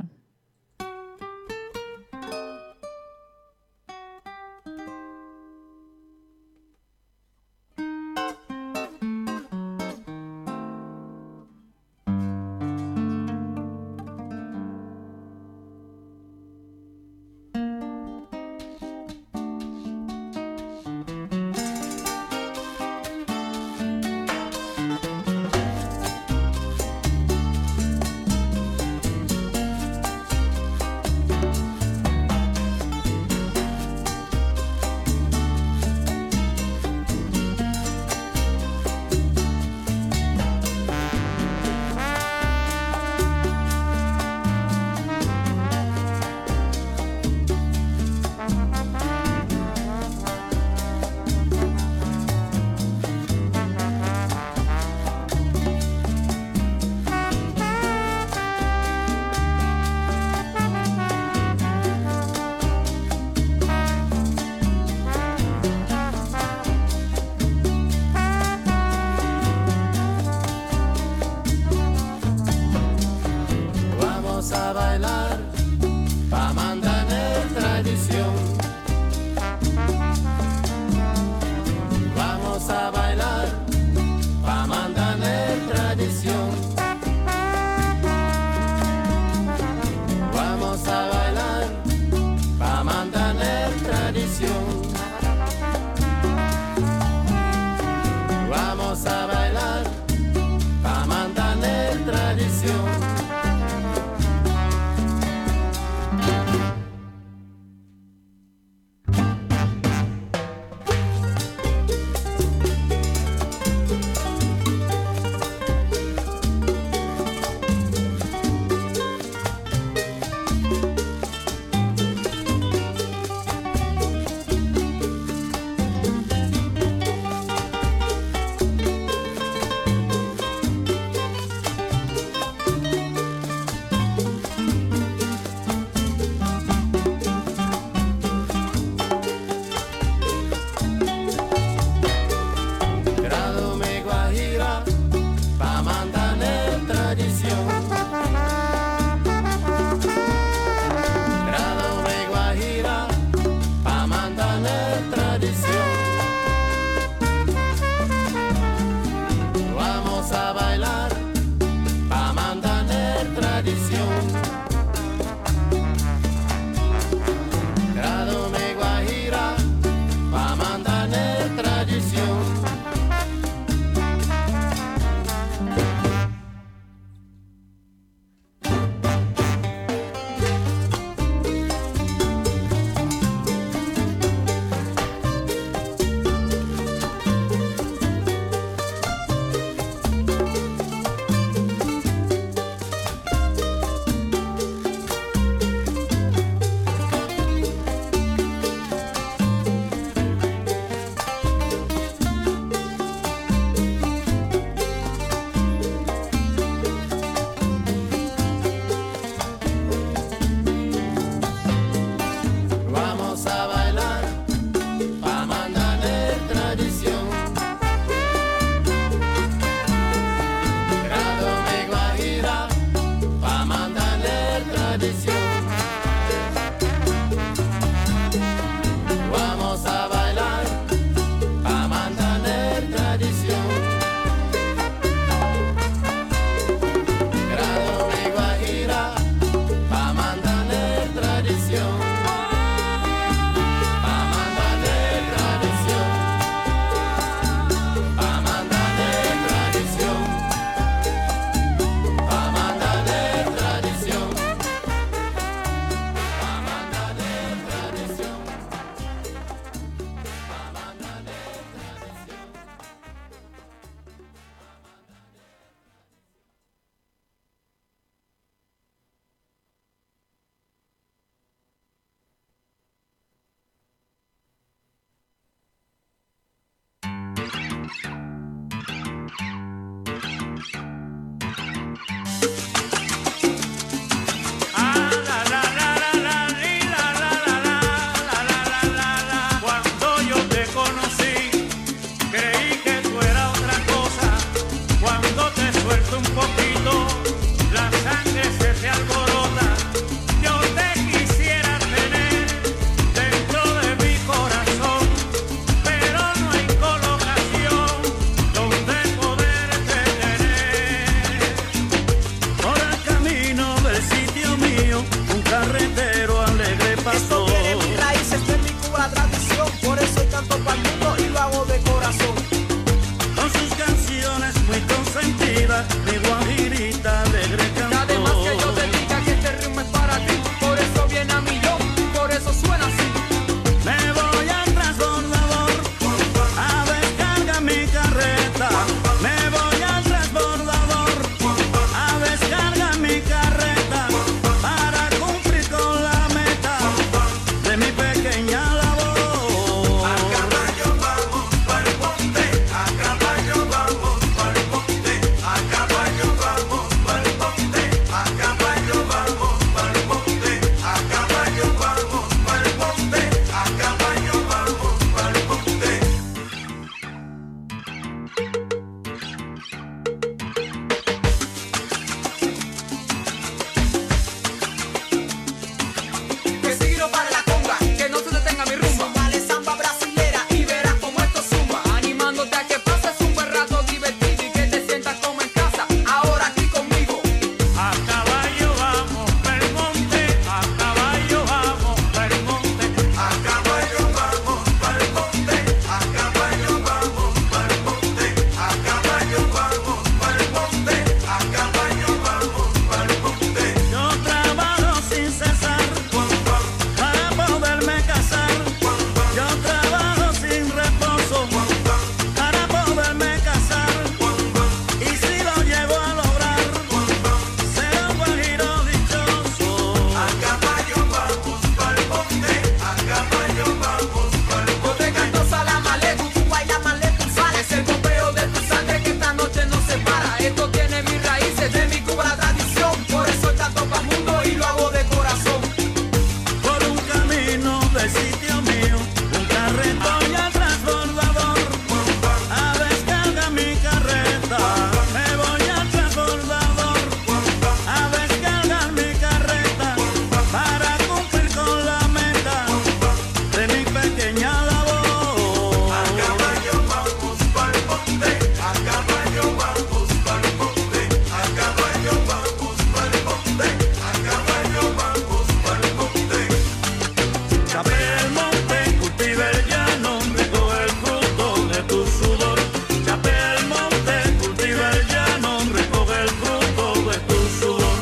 caballo, un carreto y al transbordador, a descargar mi carreta. Me voy al transbordador, a descargar mi carreta, para cumplir con la meta de mi pequeña labor. A caballo vamos pa'l monte, a caballo vamos pa'l monte, a caballo vamos pa'l monte, a caballo vamos pa'l monte. Chapé el monte, cultiva el llano, recoge el fruto de tu sudor. Chapé el monte, cultiva el llano, recoge el fruto de tu sudor.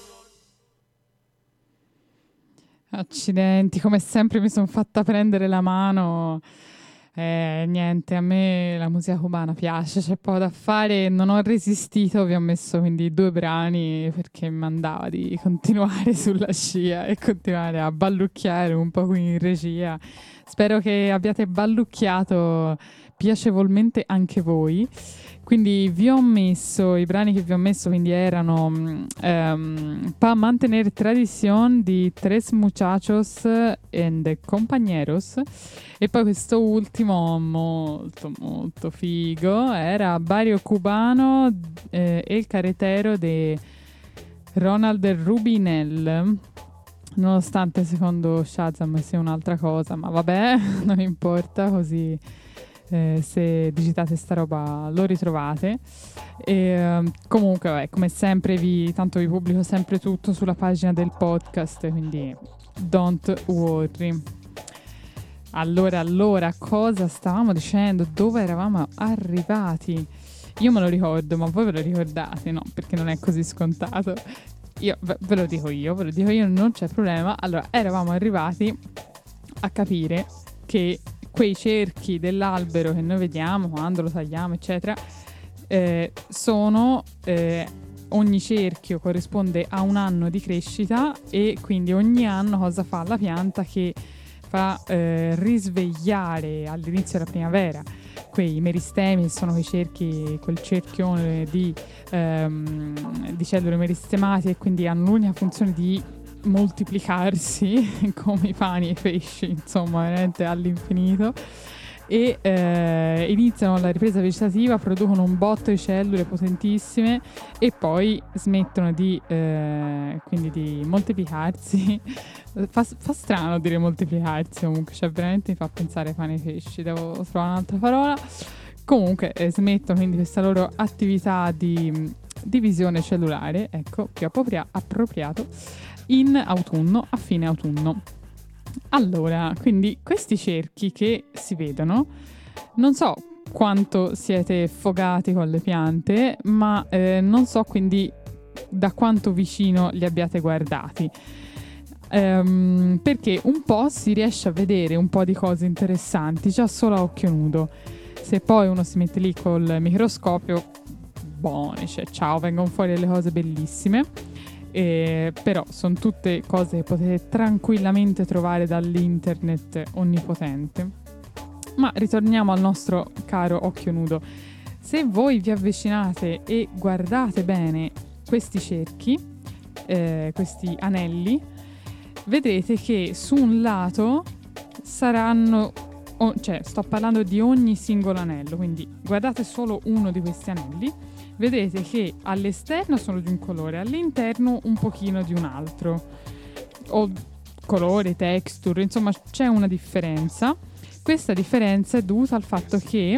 Accidenti, come sempre mi sono fatta prendere la mano. Eh, niente, a me la musica cubana piace, c'è poco da fare, non ho resistito, vi ho messo quindi due brani perché mi andava di continuare sulla scia e continuare a ballucchiare un po' qui in regia. Spero che abbiate ballucchiato piacevolmente anche voi. Quindi vi ho messo, i brani che vi ho messo quindi erano um, Pa mantener tradición di Tres Muchachos and Compañeros, e poi questo ultimo molto molto figo era Barrio Cubano eh, El Carretero di Ronald Rubinel, nonostante secondo Shazam sia un'altra cosa, ma vabbè, non importa, così Eh, se digitate sta roba lo ritrovate. E, eh, comunque vabbè, come sempre vi, tanto vi pubblico sempre tutto sulla pagina del podcast, quindi don't worry. Allora, allora, cosa stavamo dicendo? Dove eravamo arrivati? Io me lo ricordo, ma voi ve lo ricordate? No, perché non è così scontato. Io ve, ve lo dico io, ve lo dico io, non c'è problema. Allora, eravamo arrivati a capire che quei cerchi dell'albero che noi vediamo quando lo tagliamo, eccetera, eh, sono eh, ogni cerchio corrisponde a un anno di crescita, e quindi ogni anno cosa fa la pianta che fa eh, risvegliare all'inizio della primavera quei meristemi, che sono quei cerchi, quel cerchione di, ehm, di cellule meristematiche, e quindi hanno l'unica funzione di moltiplicarsi come i pani e i pesci, insomma, veramente all'infinito, e eh, iniziano la ripresa vegetativa, producono un botto di cellule potentissime e poi smettono di eh, quindi di moltiplicarsi. fa, fa strano dire moltiplicarsi, comunque, cioè veramente mi fa pensare ai pani e ai pesci, devo trovare un'altra parola. Comunque eh, smettono quindi questa loro attività di divisione cellulare, ecco, più appropria- appropriato in autunno, a fine autunno. Allora, quindi questi cerchi che si vedono, non so quanto siete fogati con le piante, ma eh, non so quindi da quanto vicino li abbiate guardati, ehm, perché un po' si riesce a vedere un po' di cose interessanti già solo a occhio nudo. Se poi uno si mette lì col microscopio, buone, cioè ciao, vengono fuori delle cose bellissime. Eh, però sono tutte cose che potete tranquillamente trovare dall'internet onnipotente. Ma ritorniamo al nostro caro occhio nudo. Se voi vi avvicinate e guardate bene questi cerchi, eh, questi anelli, vedrete che su un lato saranno, o, cioè sto parlando di ogni singolo anello, quindi guardate solo uno di questi anelli, vedete che all'esterno sono di un colore, all'interno un pochino di un altro, o colore, texture, insomma c'è una differenza. Questa differenza è dovuta al fatto che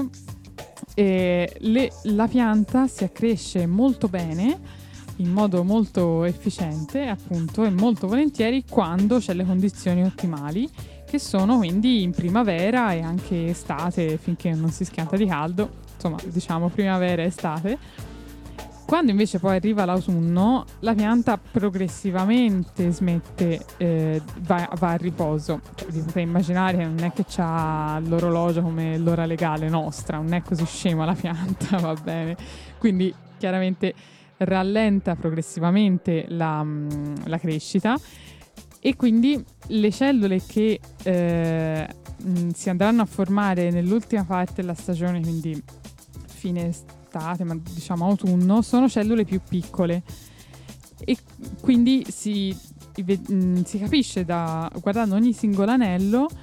eh, le, la pianta si accresce molto bene, in modo molto efficiente appunto, e molto volentieri quando c'è le condizioni ottimali, che sono quindi in primavera e anche estate, finché non si schianta di caldo, insomma diciamo primavera e estate. Quando invece poi arriva l'autunno, la pianta progressivamente smette, eh, va, va a riposo. Cioè, vi potete immaginare che non è che c'ha l'orologio come l'ora legale nostra, non è così scema la pianta, va bene. Quindi chiaramente rallenta progressivamente la, la crescita, e quindi le cellule che eh, mh, si andranno a formare nell'ultima parte della stagione, quindi fine estate, ma diciamo autunno, sono cellule più piccole, e quindi si, mh, si capisce da guardando ogni singolo anello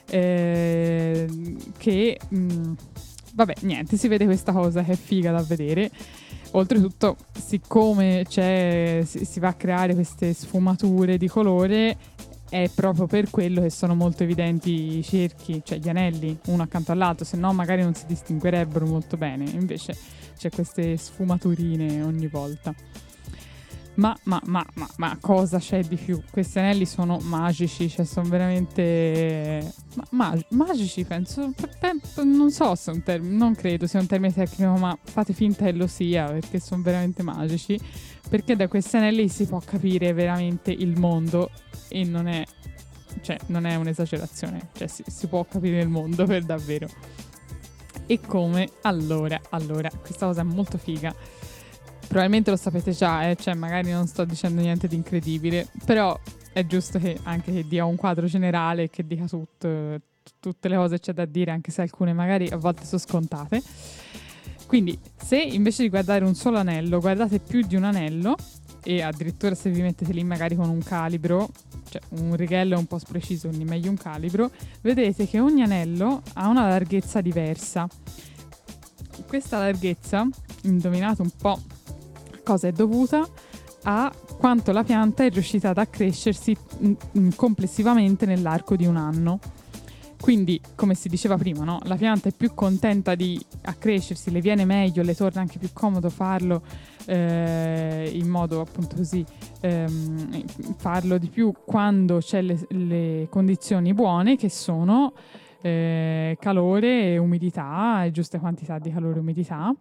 eh, che mh, vabbè, niente, si vede questa cosa che è figa da vedere. Oltretutto, siccome c'è, si, si va a creare queste sfumature di colore, è proprio per quello che sono molto evidenti i cerchi, cioè gli anelli, uno accanto all'altro, se no magari non si distinguerebbero molto bene. Invece c'è queste sfumaturine ogni volta. Ma, ma, ma, ma, ma cosa c'è di più? Questi anelli sono magici, cioè sono veramente ma, mag- magici, penso. Pe- pe- non so se è un termine, non credo sia un termine tecnico, ma fate finta che lo sia, perché sono veramente magici. Perché da questi anelli si può capire veramente il mondo, e non è, cioè, non è un'esagerazione, cioè si, si può capire il mondo per davvero. E come? Allora, allora, questa cosa è molto figa. Probabilmente lo sapete già, eh? Cioè magari non sto dicendo niente di incredibile, però è giusto che anche che dia un quadro generale, che dica tutto, t- tutte le cose c'è da dire, anche se alcune magari a volte sono scontate. Quindi se invece di guardare un solo anello guardate più di un anello, e addirittura se vi mettete lì magari con un calibro, cioè un righello è un po' spreciso, quindi meglio un calibro, vedete che ogni anello ha una larghezza diversa. Questa larghezza, indovinate un po' cosa è dovuta a quanto la pianta è riuscita ad accrescersi mh, mh, complessivamente nell'arco di un anno. Quindi, come si diceva prima, no? La pianta è più contenta di accrescersi, le viene meglio, le torna anche più comodo farlo eh, in modo appunto così, ehm, farlo di più quando c'è le, le condizioni buone, che sono eh, calore e umidità, e giuste quantità di calore e umidità.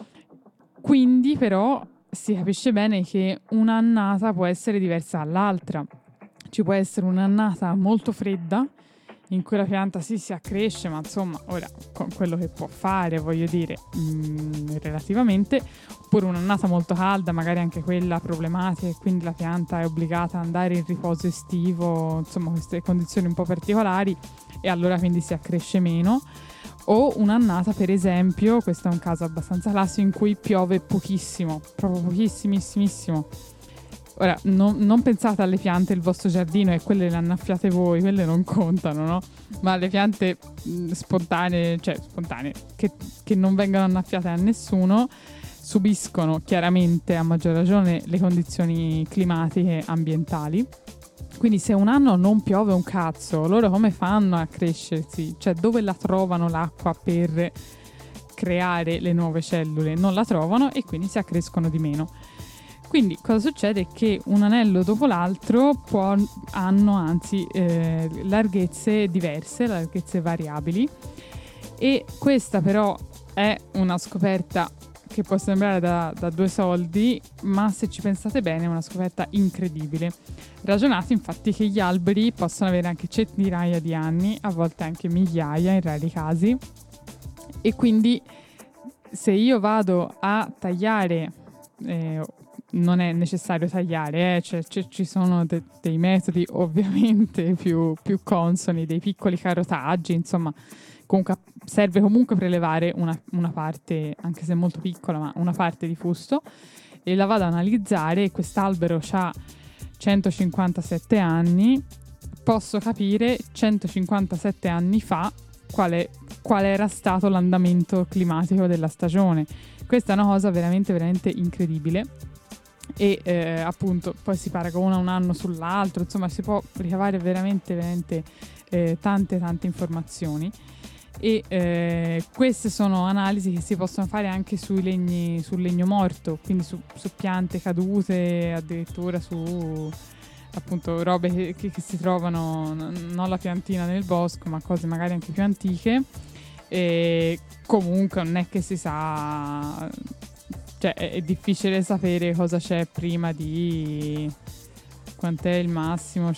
Quindi però si capisce bene che un'annata può essere diversa dall'altra. Ci può essere un'annata molto fredda, in cui la pianta sì si accresce, ma insomma ora con quello che può fare, voglio dire, mh, relativamente, oppure un'annata molto calda, magari anche quella problematica, e quindi la pianta è obbligata ad andare in riposo estivo, insomma queste condizioni un po' particolari, e allora quindi si accresce meno. O un'annata, per esempio, questo è un caso abbastanza classico, in cui piove pochissimo, proprio pochissimissimissimo. Ora, non, non pensate alle piante del vostro giardino, e quelle le annaffiate voi, quelle non contano, no? Ma le piante mh, spontanee, cioè spontanee, che, che non vengono annaffiate a nessuno, subiscono chiaramente, a maggior ragione, le condizioni climatiche ambientali. Quindi se un anno non piove un cazzo, loro come fanno a crescersi? Cioè dove la trovano l'acqua per creare le nuove cellule? Non la trovano, e quindi si accrescono di meno. Quindi cosa succede? Che un anello dopo l'altro può, hanno anzi eh, larghezze diverse, larghezze variabili, e questa però è una scoperta che può sembrare da, da due soldi, ma se ci pensate bene è una scoperta incredibile. Ragionate infatti che gli alberi possono avere anche centinaia di anni, a volte anche migliaia in rari casi, e quindi se io vado a tagliare, eh, non è necessario tagliare, eh, cioè, c- ci sono de- dei metodi ovviamente più, più consoni, dei piccoli carotaggi, insomma, comunque serve comunque prelevare una, una parte, anche se molto piccola, ma una parte di fusto, e la vado ad analizzare, e quest'albero ha centocinquantasette anni, posso capire centocinquantasette anni fa quale, qual era stato l'andamento climatico della stagione. Questa è una cosa veramente veramente incredibile, e eh, appunto poi si paragona un anno sull'altro, insomma si può ricavare veramente veramente eh, tante tante informazioni, e eh, queste sono analisi che si possono fare anche sui legni, sul legno morto, quindi su, su piante cadute, addirittura su appunto robe che, che, che si trovano, n- non la piantina nel bosco, ma cose magari anche più antiche. E comunque non è che si sa, cioè è, è difficile sapere cosa c'è prima di, quant'è il massimo,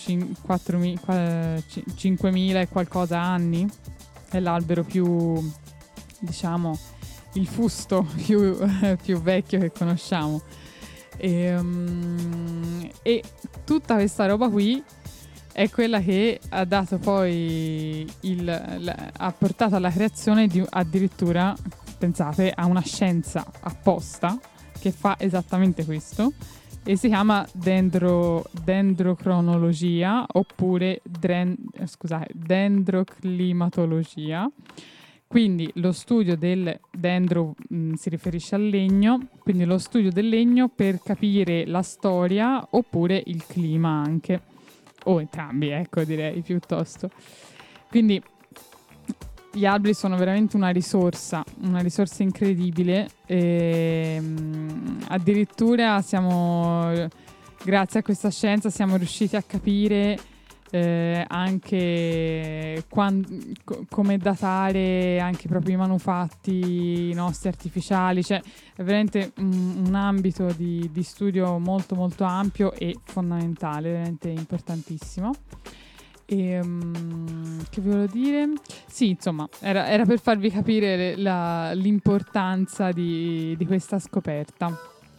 cinquemila e qualcosa anni, è l'albero più, diciamo, il fusto più, più vecchio che conosciamo, e, um, e tutta questa roba qui è quella che ha dato poi il, la, ha portato alla creazione di addirittura, pensate, a una scienza apposta che fa esattamente questo, e si chiama dendro, dendrocronologia oppure dren, scusate, dendroclimatologia. Quindi lo studio del dendro mh, si riferisce al legno, quindi lo studio del legno per capire la storia oppure il clima anche, o entrambi, ecco, direi piuttosto. Quindi gli alberi sono veramente una risorsa, una risorsa incredibile. E, mh, addirittura siamo, grazie a questa scienza, siamo riusciti a capire Eh, anche quando, co- come datare anche proprio i manufatti nostri artificiali, cioè è veramente un, un ambito di, di studio molto molto ampio e fondamentale, veramente importantissimo. E, um, che volevo dire? Sì, insomma, era, era per farvi capire le, la, l'importanza di, di questa scoperta.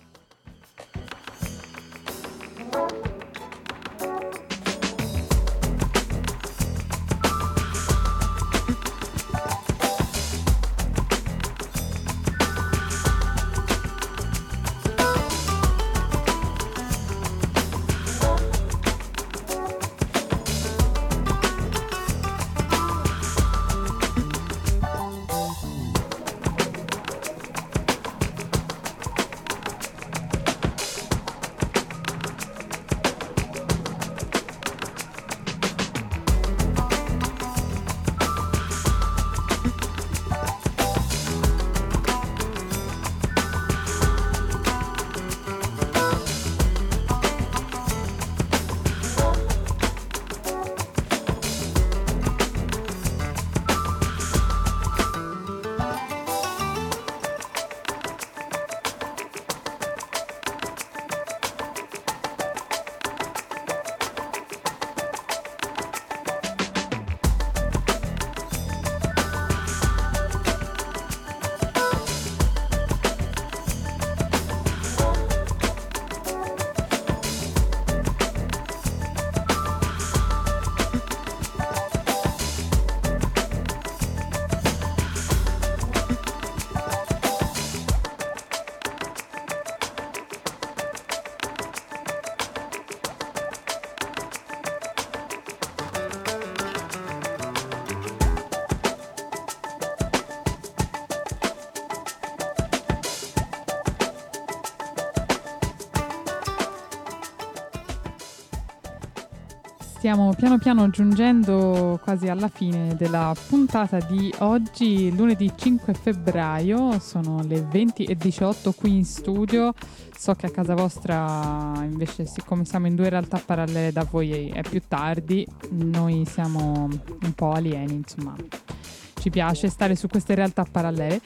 Stiamo piano piano giungendo quasi alla fine della puntata di oggi, lunedì cinque febbraio, sono le venti e diciotto qui in studio. So che a casa vostra invece, siccome siamo in due realtà parallele da voi, è più tardi, noi siamo un po' alieni, insomma. Ci piace stare su queste realtà parallele,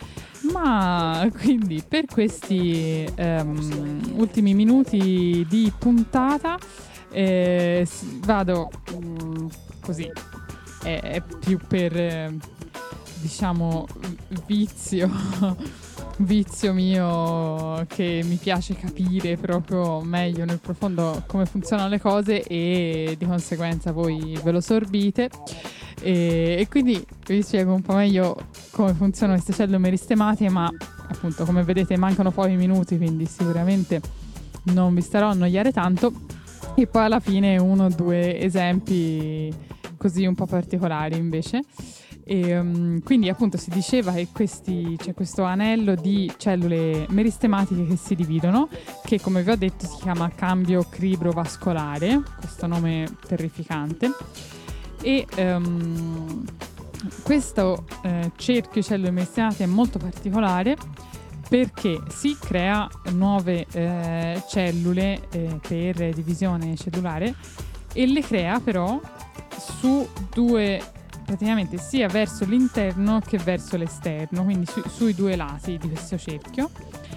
ma quindi per questi um, ultimi minuti di puntata eh, vado um, così, è, è più per eh, diciamo vizio vizio mio, che mi piace capire proprio meglio nel profondo come funzionano le cose e di conseguenza voi ve lo sorbite. E, e quindi vi spiego un po' meglio come funzionano queste cellule meristematiche, ma appunto come vedete mancano pochi minuti, quindi sicuramente non vi starò a annoiare tanto, e poi alla fine uno o due esempi così un po' particolari invece. E, um, quindi appunto si diceva che questi, c'è questo anello di cellule meristematiche che si dividono, che come vi ho detto si chiama cambio cribrovascolare, questo nome terrificante. E um, questo eh, cerchio di cellule meristematiche è molto particolare perché si crea nuove eh, cellule eh, per divisione cellulare, e le crea però su due, praticamente sia verso l'interno che verso l'esterno, quindi su, sui due lati di questo cerchio.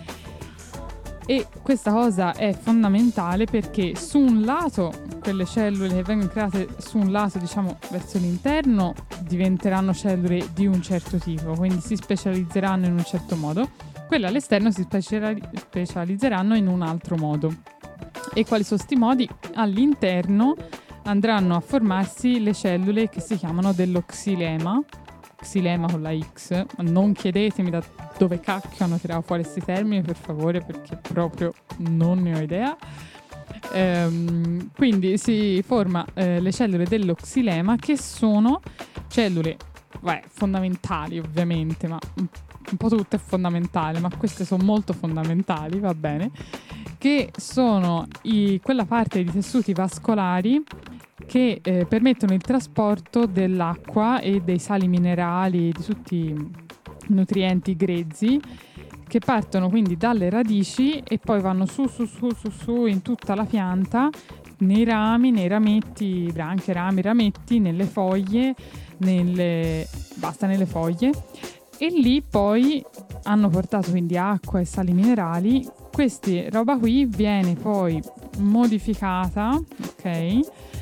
E questa cosa è fondamentale perché su un lato quelle cellule che vengono create su un lato, diciamo verso l'interno, diventeranno cellule di un certo tipo, quindi si specializzeranno in un certo modo, quelle all'esterno si speciali- specializzeranno in un altro modo. E quali sono sti modi? All'interno andranno a formarsi le cellule che si chiamano dello xilema, xilema con la X, non chiedetemi da dove cacchio hanno tirato fuori questi termini, per favore, perché proprio non ne ho idea. Ehm, quindi si forma eh, le cellule dello xilema, che sono cellule beh, fondamentali ovviamente, ma un, un po' tutte fondamentali, ma queste sono molto fondamentali, va bene, che sono i, quella parte di tessuti vascolari che eh, permettono il trasporto dell'acqua e dei sali minerali, di tutti i nutrienti grezzi, che partono quindi dalle radici e poi vanno su su su su su in tutta la pianta, nei rami, nei rametti, branche, rami, rametti, nelle foglie, nelle basta nelle foglie, e lì poi hanno portato quindi acqua e sali minerali. Questa roba qui viene poi modificata, ok?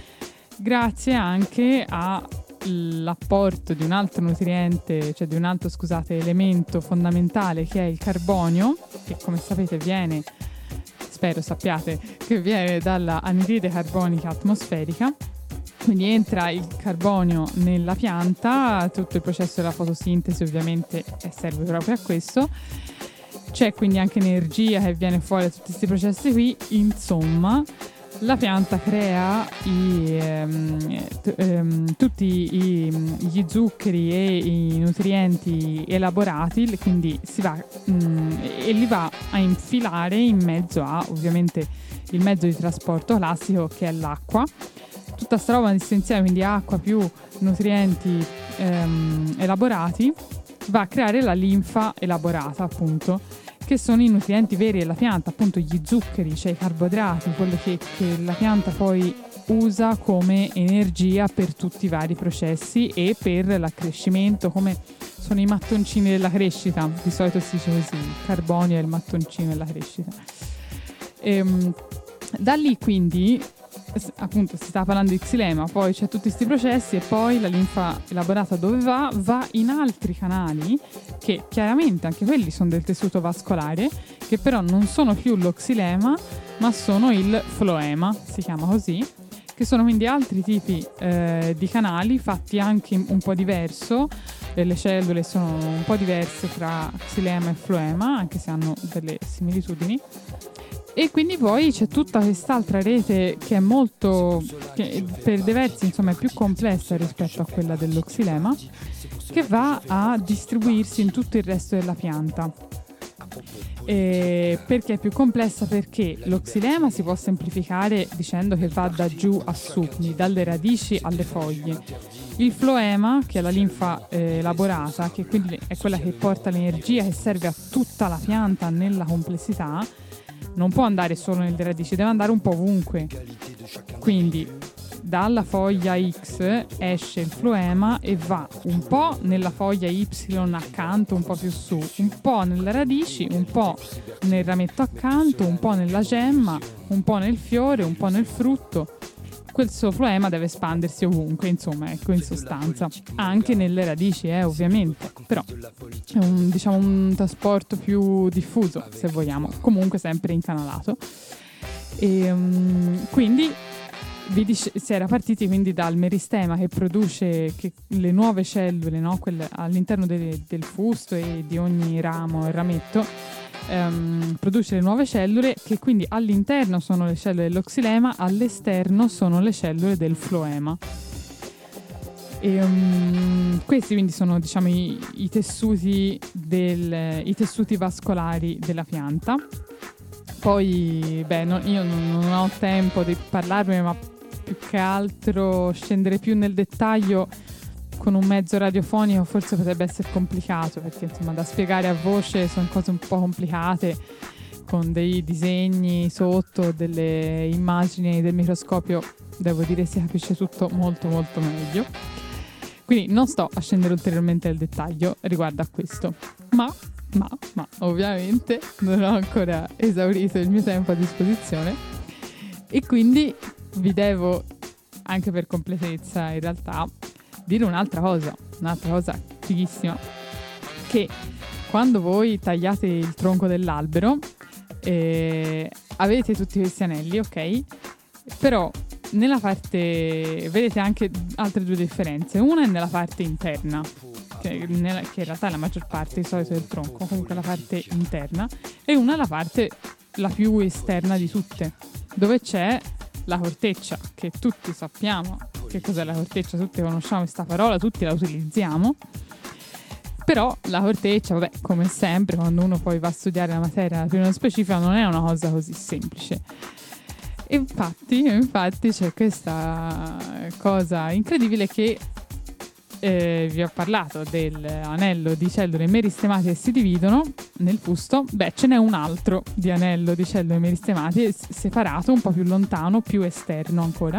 Grazie anche all'apporto di un altro nutriente, cioè di un altro, scusate, elemento fondamentale, che è il carbonio, che come sapete viene, spero sappiate, che viene dalla anidride carbonica atmosferica. Quindi entra il carbonio nella pianta, tutto il processo della fotosintesi ovviamente serve proprio a questo. C'è quindi anche energia che viene fuori da tutti questi processi qui. Insomma, la pianta crea i, ehm, t- ehm, tutti i, gli zuccheri e i nutrienti elaborati, quindi si va mh, e li va a infilare in mezzo a, ovviamente, il mezzo di trasporto classico, che è l'acqua. Tutta sta roba essenziale, quindi acqua più nutrienti ehm, elaborati, va a creare la linfa elaborata, appunto, che sono i nutrienti veri della pianta, appunto gli zuccheri, cioè i carboidrati, quello che, che la pianta poi usa come energia per tutti i vari processi e per l'accrescimento, come sono i mattoncini della crescita, di solito si dice così, il carbonio è il mattoncino della crescita. Ehm, da lì quindi, appunto, si sta parlando di xilema, poi c'è tutti questi processi e poi la linfa elaborata dove va? Va in altri canali, che chiaramente anche quelli sono del tessuto vascolare, che però non sono più lo xilema, ma sono il floema, si chiama così, che sono quindi altri tipi eh, di canali fatti anche un po' diverso. Le cellule sono un po' diverse tra xilema e floema, anche se hanno delle similitudini. E quindi poi c'è tutta quest'altra rete che è molto, che per dei versi insomma è più complessa rispetto a quella dello xilema, che va a distribuirsi in tutto il resto della pianta. E perché è più complessa? Perché lo xilema si può semplificare dicendo che va da giù a su, quindi dalle radici alle foglie. Il floema, che è la linfa eh, elaborata, che quindi è quella che porta l'energia, che serve a tutta la pianta nella complessità, non può andare solo nelle radici, deve andare un po' ovunque. Quindi dalla foglia X esce il floema e va un po' nella foglia Y accanto, un po' più su, un po' nelle radici, un po' nel rametto accanto, un po' nella gemma, un po' nel fiore, un po' nel frutto. Questo floema deve espandersi ovunque, insomma, ecco, in sostanza, anche nelle radici, eh, ovviamente, però è un, diciamo, un trasporto più diffuso, se vogliamo, comunque sempre incanalato. E um, quindi vi dice, si era partiti quindi dal meristema che produce che le nuove cellule, no, quelle all'interno de, del fusto e di ogni ramo e rametto. Um, produce le nuove cellule, che quindi all'interno sono le cellule dello xilema, all'esterno sono le cellule del floema. E, um, questi quindi sono, diciamo, i, i tessuti del, i tessuti vascolari della pianta. Poi beh, no, io non, non ho tempo di parlarne, ma più che altro scendere più nel dettaglio con un mezzo radiofonico forse potrebbe essere complicato, perché insomma da spiegare a voce sono cose un po' complicate, con dei disegni sotto, delle immagini del microscopio, devo dire si capisce tutto molto molto meglio. Quindi non sto a scendere ulteriormente nel dettaglio riguardo a questo, ma, ma, ma ovviamente non ho ancora esaurito il mio tempo a disposizione e quindi vi devo, anche per completezza in realtà, dire un'altra cosa, un'altra cosa fighissima, che quando voi tagliate il tronco dell'albero eh, avete tutti questi anelli, ok? Però nella parte, vedete anche altre due differenze. Una è nella parte interna, che, nella, che in realtà è la maggior parte di solito del tronco, comunque la parte interna, e una è la parte la più esterna di tutte, dove c'è la corteccia, che tutti sappiamo che cos'è la corteccia, tutti conosciamo questa parola, tutti la utilizziamo. Però la corteccia, vabbè, come sempre, quando uno poi va a studiare la materia più nello specifico, non è una cosa così semplice. E infatti, infatti c'è questa cosa incredibile che eh, vi ho parlato dell'anello di cellule meristematiche che si dividono nel fusto. Beh, ce n'è un altro di anello di cellule meristematiche separato, un po' più lontano, più esterno ancora,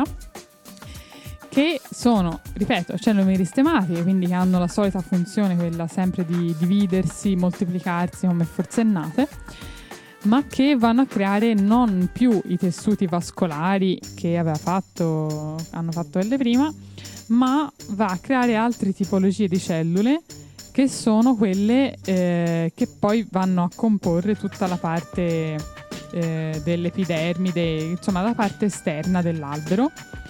che sono, ripeto, cellule meristematiche, quindi che hanno la solita funzione, quella sempre di dividersi, moltiplicarsi come forsennate, ma che vanno a creare non più i tessuti vascolari che aveva fatto, hanno fatto L prima, ma va a creare altre tipologie di cellule che sono quelle eh, che poi vanno a comporre tutta la parte eh, dell'epidermide, insomma la parte esterna dell'albero.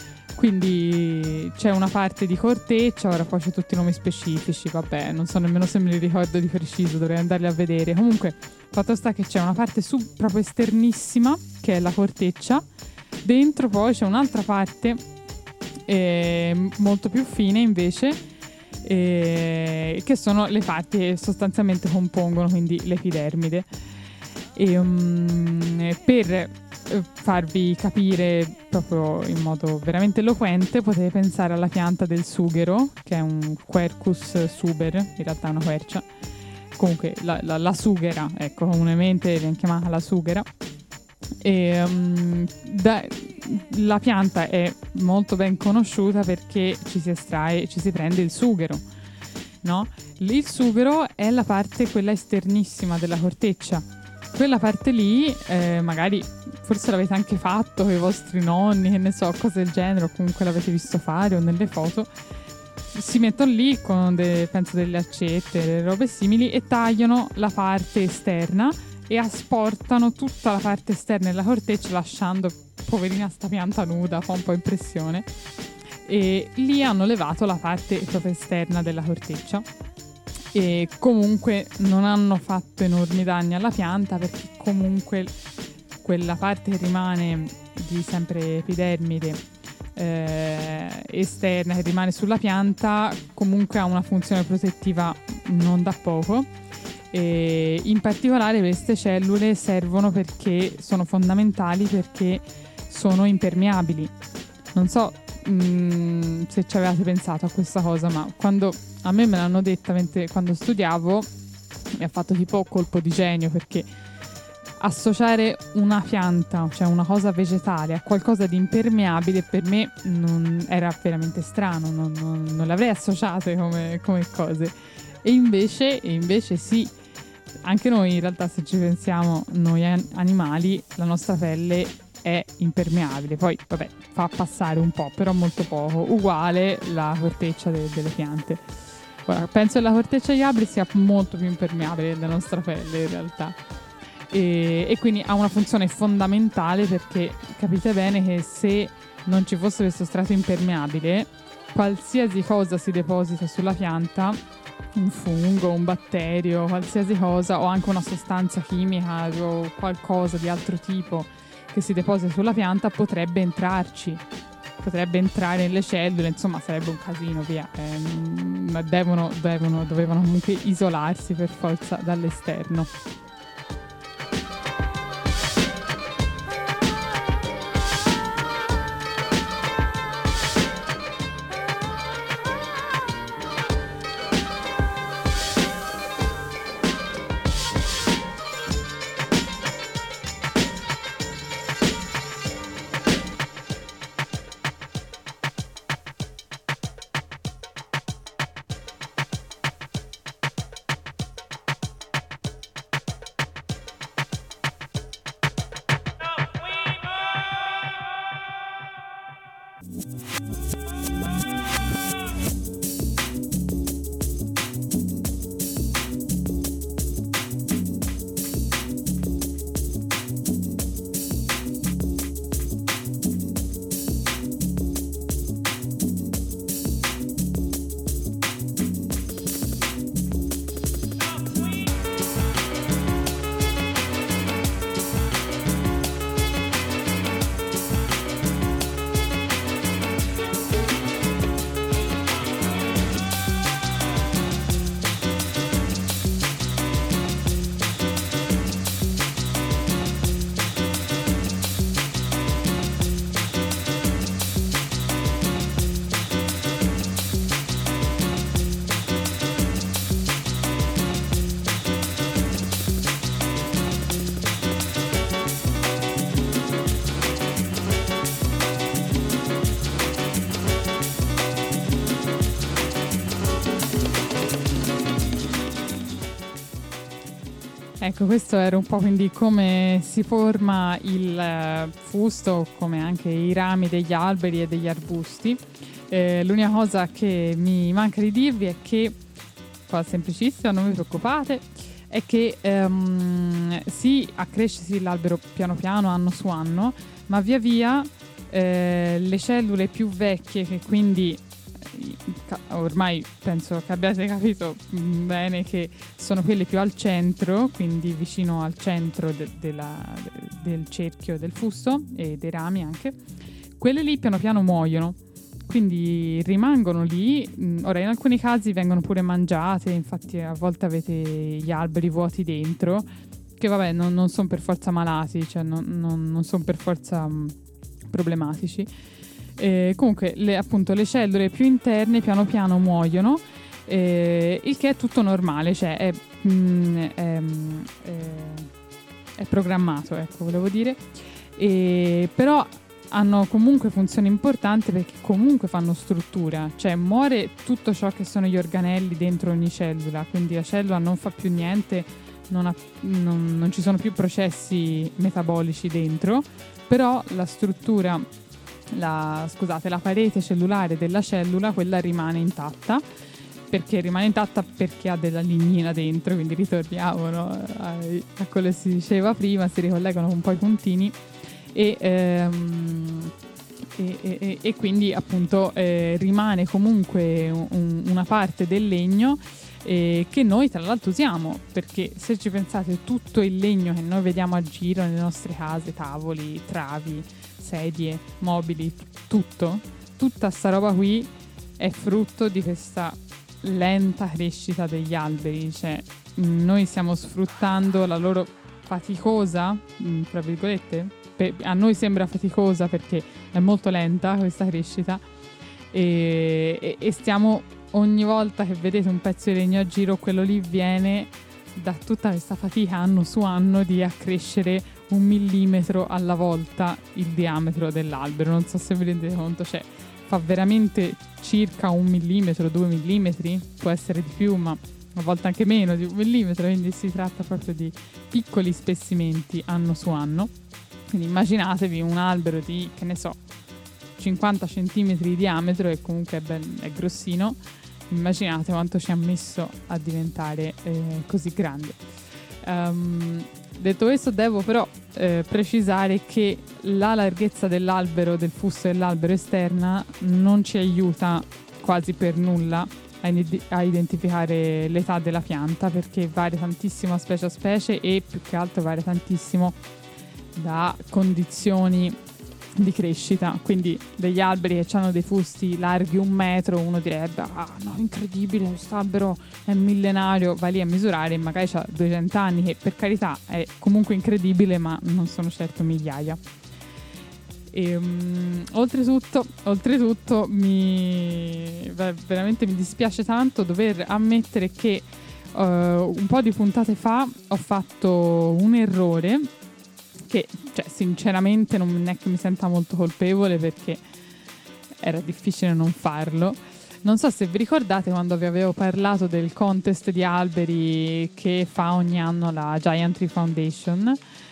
Quindi c'è una parte di corteccia, ora poi c'è tutti i nomi specifici, vabbè, non so nemmeno se me li ricordo di preciso, dovrei andarli a vedere. Comunque, fatto sta che c'è una parte sub proprio esternissima, che è la corteccia, dentro poi c'è un'altra parte eh, molto più fine invece, eh, che sono le parti che sostanzialmente compongono quindi l'epidermide. E, um, per farvi capire proprio in modo veramente eloquente, potete pensare alla pianta del sughero, che è un Quercus suber, in realtà è una quercia, comunque la, la, la sughera, ecco, comunemente viene chiamata la sughera. E, um, da, la pianta è molto ben conosciuta perché ci si estrae, ci si prende il sughero, no? Il sughero è la parte quella esternissima della corteccia. Quella parte lì, eh, magari forse l'avete anche fatto con i vostri nonni, che ne so, cose del genere, o comunque l'avete visto fare o nelle foto. Si mettono lì con, de, penso, delle accette, delle robe simili, e tagliano la parte esterna e asportano tutta la parte esterna della corteccia, lasciando, poverina, sta pianta nuda, fa un po' impressione. E lì hanno levato la parte proprio esterna della corteccia. E comunque non hanno fatto enormi danni alla pianta, perché comunque quella parte che rimane di sempre epidermide eh, esterna che rimane sulla pianta comunque ha una funzione protettiva non da poco, e in particolare queste cellule servono perché sono fondamentali, perché sono impermeabili. Non so mh, se ci avevate pensato a questa cosa, ma quando a me me l'hanno detta mentre, quando studiavo, mi ha fatto tipo colpo di genio, perché associare una pianta, cioè una cosa vegetale, a qualcosa di impermeabile per me non, era veramente strano, non, non, non le avrei associate come, come cose. E invece, e invece sì, anche noi in realtà, se ci pensiamo, noi animali, la nostra pelle è impermeabile, poi vabbè, fa passare un po', però molto poco, uguale la corteccia de- delle piante. Ora, penso che la corteccia degli alberi sia molto più impermeabile della nostra pelle in realtà, e, e quindi ha una funzione fondamentale, perché capite bene che se non ci fosse questo strato impermeabile, qualsiasi cosa si deposita sulla pianta, un fungo, un batterio, qualsiasi cosa, o anche una sostanza chimica o qualcosa di altro tipo che si deposita sulla pianta, potrebbe entrarci, potrebbe entrare nelle cellule, insomma sarebbe un casino, via. Eh, ma devono, devono, dovevano comunque isolarsi per forza dall'esterno. Ecco, questo era un po' quindi come si forma il eh, fusto, come anche i rami degli alberi e degli arbusti. Eh, l'unica cosa che mi manca di dirvi è che, cosa semplicissima, non vi preoccupate, è che ehm, si accresce sì, l'albero piano piano, anno su anno, ma via via eh, le cellule più vecchie, che quindi ormai penso che abbiate capito bene che sono quelle più al centro, quindi vicino al centro de- della, de- del cerchio del fusto e dei rami anche, quelle lì piano piano muoiono, quindi rimangono lì. Ora in alcuni casi vengono pure mangiate, infatti a volte avete gli alberi vuoti dentro, che vabbè non, non sono per forza malati, cioè non, non, non sono per forza mh, problematici. Eh, comunque le, appunto le cellule più interne piano piano muoiono, eh, il che è tutto normale, cioè è, mh, è, è, è programmato, ecco, volevo dire, e, però hanno comunque funzioni importanti perché comunque fanno struttura, cioè muore tutto ciò che sono gli organelli dentro ogni cellula, quindi la cellula non fa più niente, non, ha, non, non ci sono più processi metabolici dentro, però la struttura La, scusate, la parete cellulare della cellula, quella rimane intatta. Perché rimane intatta? Perché ha della lignina dentro, quindi ritorniamo, no, a, a quello che si diceva prima, si ricollegano un po' i puntini e, ehm, e, e, e quindi appunto eh, rimane comunque un, una parte del legno eh, che noi tra l'altro usiamo, perché se ci pensate tutto il legno che noi vediamo a giro nelle nostre case, tavoli, travi, sedie, mobili, tutto, tutta sta roba qui è frutto di questa lenta crescita degli alberi, cioè noi stiamo sfruttando la loro faticosa, tra virgolette, per, a noi sembra faticosa perché è molto lenta questa crescita e, e, e stiamo, ogni volta che vedete un pezzo di legno a giro, quello lì viene da tutta questa fatica anno su anno di accrescere un millimetro alla volta il diametro dell'albero. Non so se vi rendete conto, cioè fa veramente circa un millimetro, due millimetri, può essere di più, ma a volte anche meno di un millimetro, quindi si tratta proprio di piccoli spessimenti anno su anno. Quindi immaginatevi un albero di, che ne so, cinquanta centimetri di diametro, e comunque è, ben, è grossino. Immaginate quanto ci ha messo a diventare eh, così grande. Um, detto questo, devo però eh, precisare che la larghezza dell'albero, del fusto dell'albero esterna, non ci aiuta quasi per nulla a, in- a identificare l'età della pianta, perché varia tantissimo a specie a specie e più che altro varia tantissimo da condizioni di crescita. Quindi degli alberi che hanno dei fusti larghi un metro, uno direbbe ah no, incredibile, questo albero è millenario, vai lì a misurare e magari c'ha duecento anni, che per carità è comunque incredibile, ma non sono certo migliaia. E, um, oltretutto, oltretutto mi veramente mi dispiace tanto dover ammettere che uh, un po' di puntate fa ho fatto un errore che, cioè, sinceramente non è che mi senta molto colpevole, perché era difficile non farlo. Non so se vi ricordate quando vi avevo parlato del contest di alberi che fa ogni anno la Giant Tree Foundation,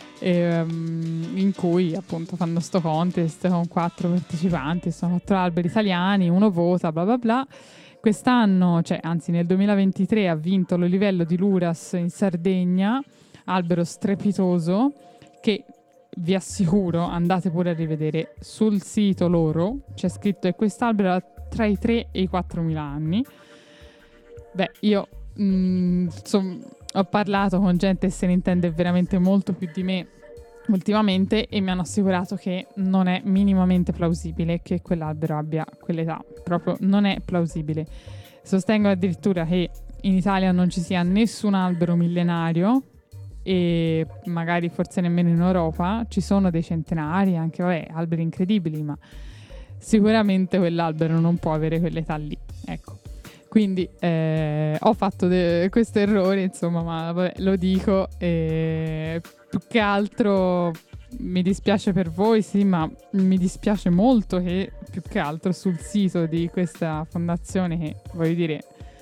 ehm, in cui appunto fanno sto contest con quattro partecipanti, sono quattro alberi italiani, uno vota, bla bla bla. Quest'anno, cioè anzi nel duemilaventitré, ha vinto l'Olivello di Luras in Sardegna, albero strepitoso, che vi assicuro andate pure a rivedere sul sito loro, c'è scritto che quest'albero ha tra i tre e i quattromila anni. Beh, io mh, insomma, ho parlato con gente che se ne intende veramente molto più di me ultimamente e mi hanno assicurato che non è minimamente plausibile che quell'albero abbia quell'età, proprio non è plausibile. Sostengo addirittura che in Italia non ci sia nessun albero millenario, e magari forse nemmeno in Europa. Ci sono dei centenari, anche vabbè, alberi incredibili, ma sicuramente quell'albero non può avere quell'età lì, ecco. Quindi eh, ho fatto de- questo errore, insomma, ma vabbè, lo dico, eh, più che altro mi dispiace per voi, sì, ma mi dispiace molto che più che altro sul sito di questa fondazione, che voglio dire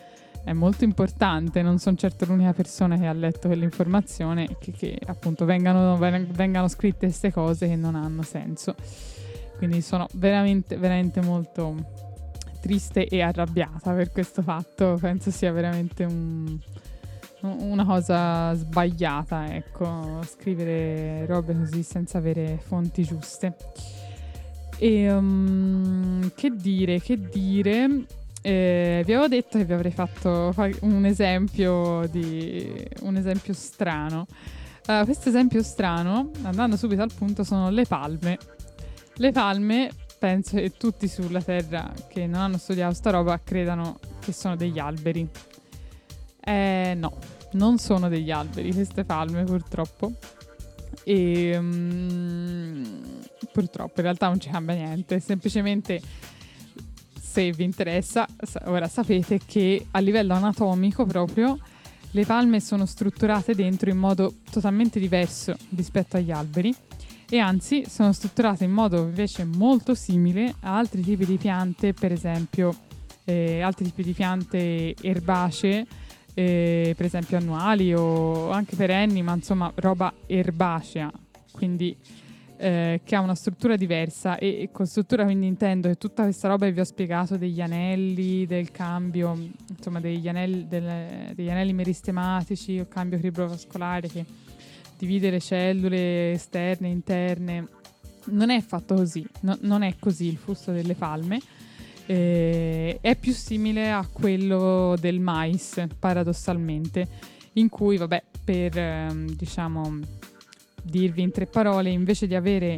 è molto importante, non sono certo l'unica persona che ha letto quell'informazione, che, che appunto vengano, vengano scritte queste cose che non hanno senso. Quindi sono veramente, veramente molto triste e arrabbiata per questo fatto. Penso sia veramente un, una cosa sbagliata, ecco, scrivere robe così senza avere fonti giuste. E um, che dire, che dire... Eh, vi avevo detto che vi avrei fatto un esempio di un esempio strano. Uh, questo esempio strano, andando subito al punto, sono le palme. Le palme, penso che tutti sulla Terra che non hanno studiato sta roba credano che sono degli alberi. Eh, no, non sono degli alberi queste palme, purtroppo. E um, purtroppo in realtà non ci cambia niente, semplicemente, se vi interessa, ora sapete che a livello anatomico proprio le palme sono strutturate dentro in modo totalmente diverso rispetto agli alberi, e anzi sono strutturate in modo invece molto simile a altri tipi di piante, per esempio eh, altri tipi di piante erbacee, eh, per esempio annuali o anche perenni, ma insomma roba erbacea, quindi Eh, che ha una struttura diversa. E, e con struttura quindi intendo che tutta questa roba che vi ho spiegato degli anelli, del cambio, insomma degli anelli, del, degli anelli meristematici o cambio fibrovascolare che divide le cellule esterne, interne, non è fatto così, no, non è così il fusto delle palme. Eh, è più simile a quello del mais, paradossalmente, in cui, vabbè, per ehm, diciamo dirvi in tre parole, invece di avere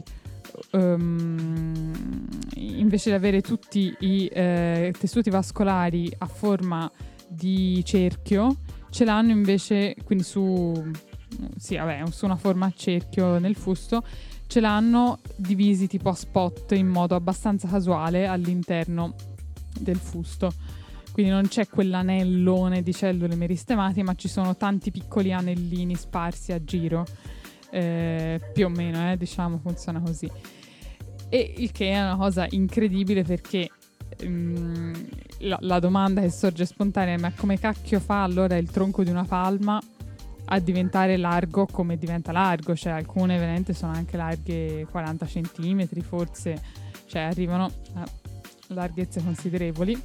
um, invece di avere tutti i eh, tessuti vascolari a forma di cerchio, ce l'hanno invece, quindi su sì, vabbè, su una forma a cerchio nel fusto, ce l'hanno divisi tipo a spot in modo abbastanza casuale all'interno del fusto. Quindi non c'è quell'anellone di cellule meristematiche, ma ci sono tanti piccoli anellini sparsi a giro. Eh, più o meno, eh, diciamo, funziona così. E il che è una cosa incredibile, perché um, la, la domanda che sorge spontanea è: ma come cacchio fa allora il tronco di una palma a diventare largo come diventa largo? Cioè, alcune veramente sono anche larghe quaranta centimetri, forse, cioè arrivano a larghezze considerevoli.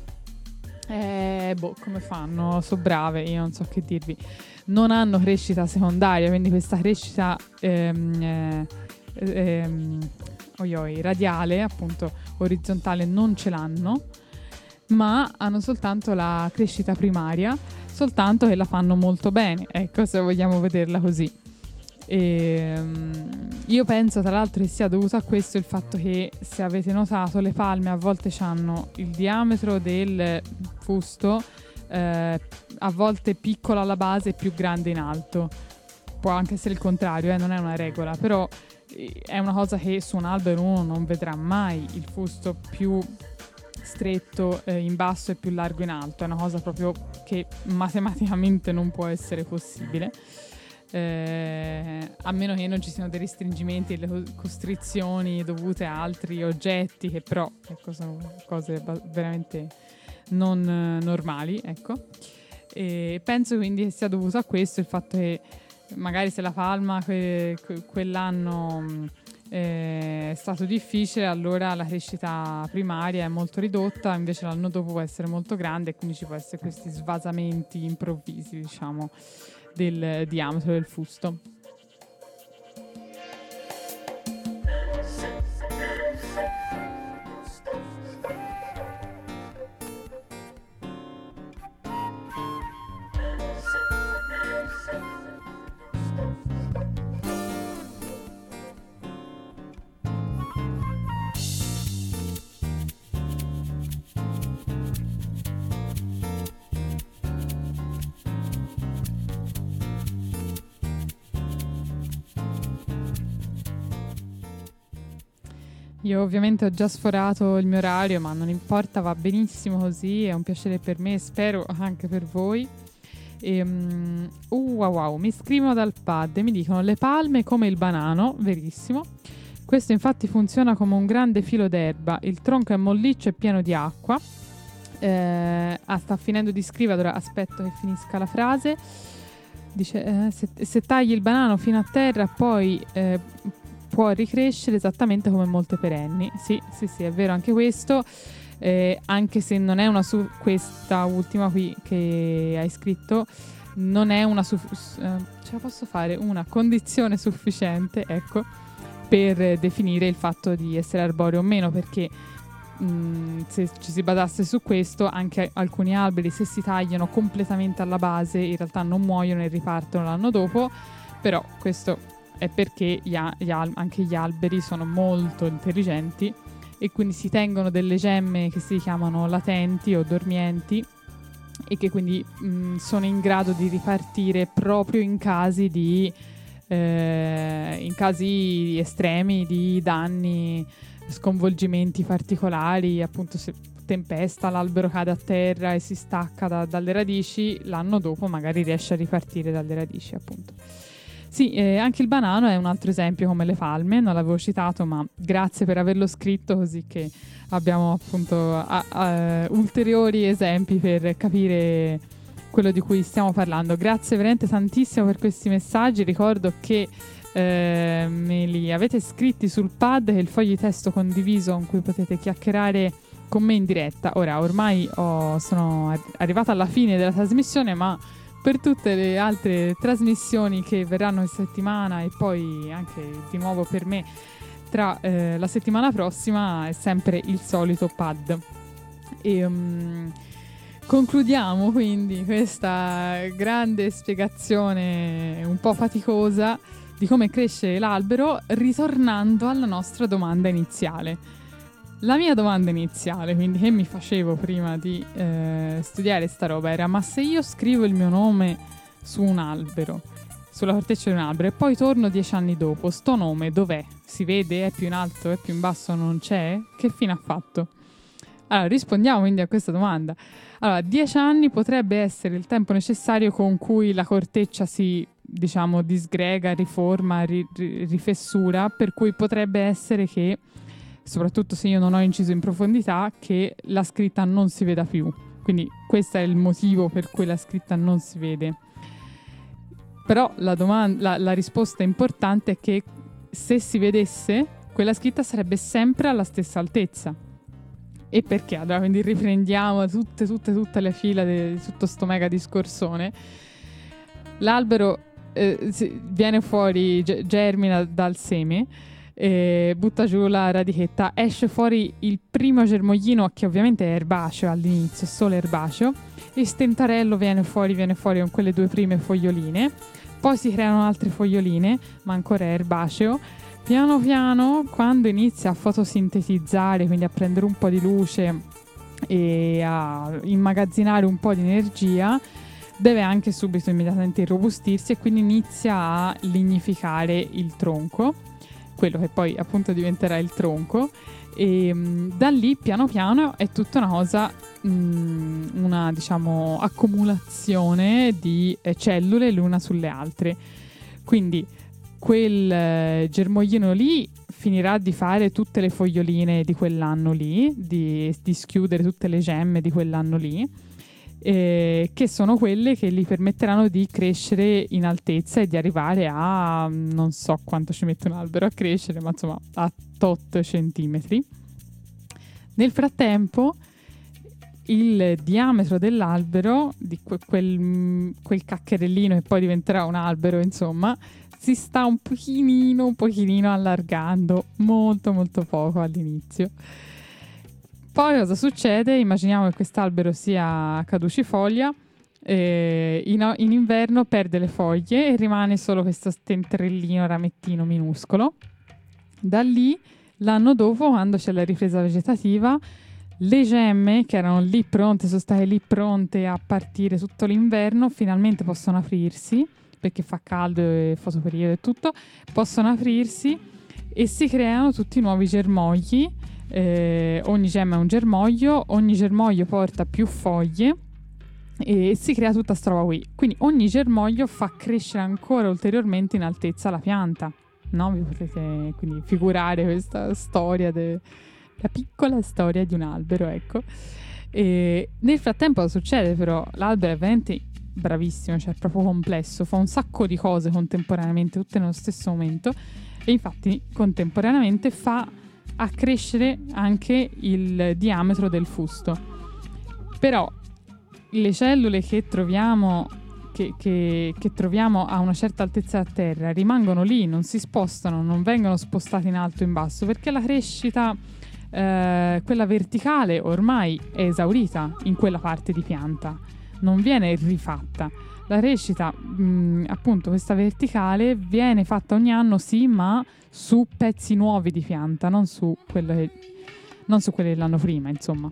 Eh, boh, come fanno? So brave, io non so che dirvi. Non hanno crescita secondaria, quindi questa crescita ehm, eh, ehm, oi oi, radiale, appunto orizzontale, non ce l'hanno, ma hanno soltanto la crescita primaria, soltanto che la fanno molto bene, ecco, se vogliamo vederla così. E, um, io penso tra l'altro che sia dovuto a questo il fatto che, se avete notato, le palme a volte hanno il diametro del fusto eh, a volte piccolo alla base e più grande in alto. Può anche essere il contrario, eh, non è una regola, però eh, è una cosa che su un albero uno non vedrà mai il fusto più stretto eh, in basso e più largo in alto. È una cosa proprio che matematicamente non può essere possibile. Eh, a meno che non ci siano dei restringimenti e le costrizioni dovute a altri oggetti, che però, ecco, sono cose veramente non eh, normali, ecco. E penso quindi che sia dovuto a questo il fatto che magari se la palma que- que- quell'anno eh, è stato difficile, allora la crescita primaria è molto ridotta, invece l'anno dopo può essere molto grande, e quindi ci può essere questi svasamenti improvvisi, diciamo, del diametro del fusto. Io ovviamente ho già sforato il mio orario, ma non importa, va benissimo così, è un piacere per me, spero anche per voi. E, um, uh, wow, wow, mi scrivono dal pad e mi dicono: le palme come il banano, verissimo. Questo infatti funziona come un grande filo d'erba, il tronco è molliccio e pieno di acqua, Eh, ah, sta finendo di scrivere, ora aspetto che finisca la frase. Dice, eh, se, se tagli il banano fino a terra, poi eh, può ricrescere esattamente come molte perenni. Sì, sì, sì, è vero anche questo. Eh, anche se non è una su questa ultima qui che hai scritto, non è una su eh, ce la posso fare una condizione sufficiente, ecco, per definire il fatto di essere arboreo o meno, perché mh, se ci si basasse su questo, anche alcuni alberi, se si tagliano completamente alla base, in realtà non muoiono e ripartono l'anno dopo. Però questo è perché gli gli anche gli alberi sono molto intelligenti e quindi si tengono delle gemme che si chiamano latenti o dormienti, e che quindi mh, sono in grado di ripartire proprio in casi di eh, in casi estremi di danni, sconvolgimenti particolari, appunto se tempesta, l'albero cade a terra e si stacca da, dalle radici, l'anno dopo magari riesce a ripartire dalle radici, appunto. Sì, eh, anche il banano è un altro esempio, come le palme, non l'avevo citato, ma grazie per averlo scritto, così che abbiamo appunto a, a, ulteriori esempi per capire quello di cui stiamo parlando. Grazie veramente tantissimo per questi messaggi. Ricordo che eh, me li avete scritti sul pad, che è il foglio di testo condiviso con cui potete chiacchierare con me in diretta. Ora, ormai ho, sono arrivata alla fine della trasmissione, ma per tutte le altre trasmissioni che verranno in settimana e poi anche di nuovo per me tra eh, la settimana prossima, è sempre il solito pad. E um, concludiamo quindi questa grande spiegazione un po' faticosa di come cresce l'albero, ritornando alla nostra domanda iniziale. La mia domanda iniziale, quindi che mi facevo prima di eh, studiare sta roba, era: ma se io scrivo il mio nome su un albero, sulla corteccia di un albero, e poi torno dieci anni dopo, sto nome dov'è? Si vede? È più in alto? È più in basso? Non c'è? Che fine ha fatto? Allora, rispondiamo quindi a questa domanda. Allora, dieci anni potrebbe essere il tempo necessario con cui la corteccia si, diciamo, disgrega, riforma, ri- ri- rifessura, per cui potrebbe essere che, soprattutto se io non ho inciso in profondità, che la scritta non si veda più. Quindi questo è il motivo per cui la scritta non si vede. Però la, domanda, la, la risposta importante è che se si vedesse, quella scritta sarebbe sempre alla stessa altezza. E perché? Allora, quindi riprendiamo tutte, tutte, tutte le fila di tutto sto mega discorsone. L'albero eh, viene fuori, ge- germina dal seme, e butta giù la radichetta, esce fuori il primo germoglino, che ovviamente è erbaceo all'inizio, è solo erbaceo, e stentarello viene fuori, viene fuori con quelle due prime foglioline, poi si creano altre foglioline, ma ancora è erbaceo. Piano piano, quando inizia a fotosintetizzare, quindi a prendere un po' di luce e a immagazzinare un po' di energia, deve anche subito immediatamente irrobustirsi, e quindi inizia a lignificare il tronco, quello che poi appunto diventerà il tronco, e mh, da lì piano piano è tutta una cosa, mh, una diciamo accumulazione di eh, cellule l'una sulle altre. Quindi quel eh, germoglino lì finirà di fare tutte le foglioline di quell'anno lì, di, di schiudere tutte le gemme di quell'anno lì, eh, che sono quelle che gli permetteranno di crescere in altezza e di arrivare a, non so quanto ci mette un albero a crescere, ma insomma a tot centimetri. Nel frattempo il diametro dell'albero, di que- quel, quel caccherellino che poi diventerà un albero, insomma, si sta un pochino, un pochino allargando, molto molto poco all'inizio. Poi cosa succede? Immaginiamo che quest'albero sia caducifoglia, eh, in, in inverno perde le foglie e rimane solo questo stentrellino, ramettino minuscolo. Da lì, l'anno dopo, quando c'è la ripresa vegetativa, le gemme che erano lì pronte, sono state lì pronte a partire tutto l'inverno, finalmente possono aprirsi, perché fa caldo e fotoperiodo e tutto, possono aprirsi e si creano tutti i nuovi germogli. Eh, ogni gemma è un germoglio, ogni germoglio porta più foglie e si crea tutta sta roba qui. Quindi ogni germoglio fa crescere ancora ulteriormente in altezza la pianta, no? Vi potete quindi figurare questa storia, de- la piccola storia di un albero, ecco. E nel frattempo succede però, l'albero è veramente bravissimo, cioè è proprio complesso, fa un sacco di cose contemporaneamente, tutte nello stesso momento, e infatti contemporaneamente fa accrescere anche il diametro del fusto. Però le cellule che troviamo che, che, che troviamo a una certa altezza da terra rimangono lì, non si spostano, non vengono spostate in alto o in basso, perché la crescita eh, quella verticale ormai è esaurita in quella parte di pianta, non viene rifatta. La crescita, mh, appunto, questa verticale viene fatta ogni anno, sì, ma su pezzi nuovi di pianta, non su quello che, non su quelli dell'anno prima, insomma.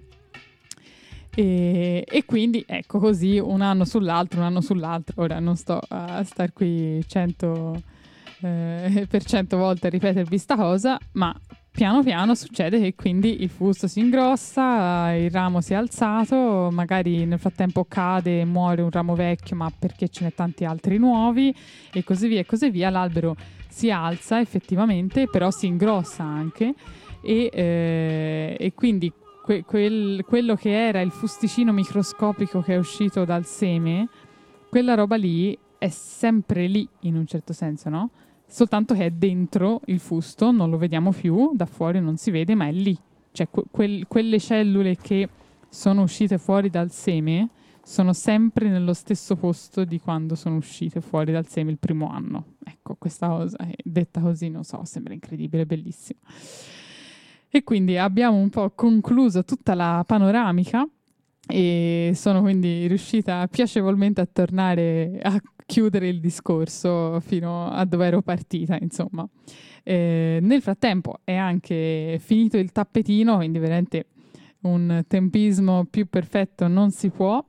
E, e quindi, ecco, così un anno sull'altro, un anno sull'altro. Ora non sto a star qui cento eh, per cento volte a ripetervi sta cosa, ma piano piano succede che quindi il fusto si ingrossa, il ramo si è alzato, magari nel frattempo cade e muore un ramo vecchio, ma perché ce n'è tanti altri nuovi, e così via e così via. L'albero si alza effettivamente, però si ingrossa anche, e, eh, e quindi que- quel, quello che era il fusticino microscopico che è uscito dal seme, quella roba lì è sempre lì in un certo senso, no? Soltanto che è dentro il fusto, non lo vediamo più, da fuori non si vede, ma è lì. Cioè que- quel- quelle cellule che sono uscite fuori dal seme sono sempre nello stesso posto di quando sono uscite fuori dal seme il primo anno. Ecco, questa cosa è detta così, non so, sembra incredibile, bellissimo. E quindi abbiamo un po' concluso tutta la panoramica e sono quindi riuscita piacevolmente a tornare a chiudere il discorso fino a dove ero partita, insomma. Eh, nel frattempo è anche finito il tappetino, quindi veramente un tempismo più perfetto non si può.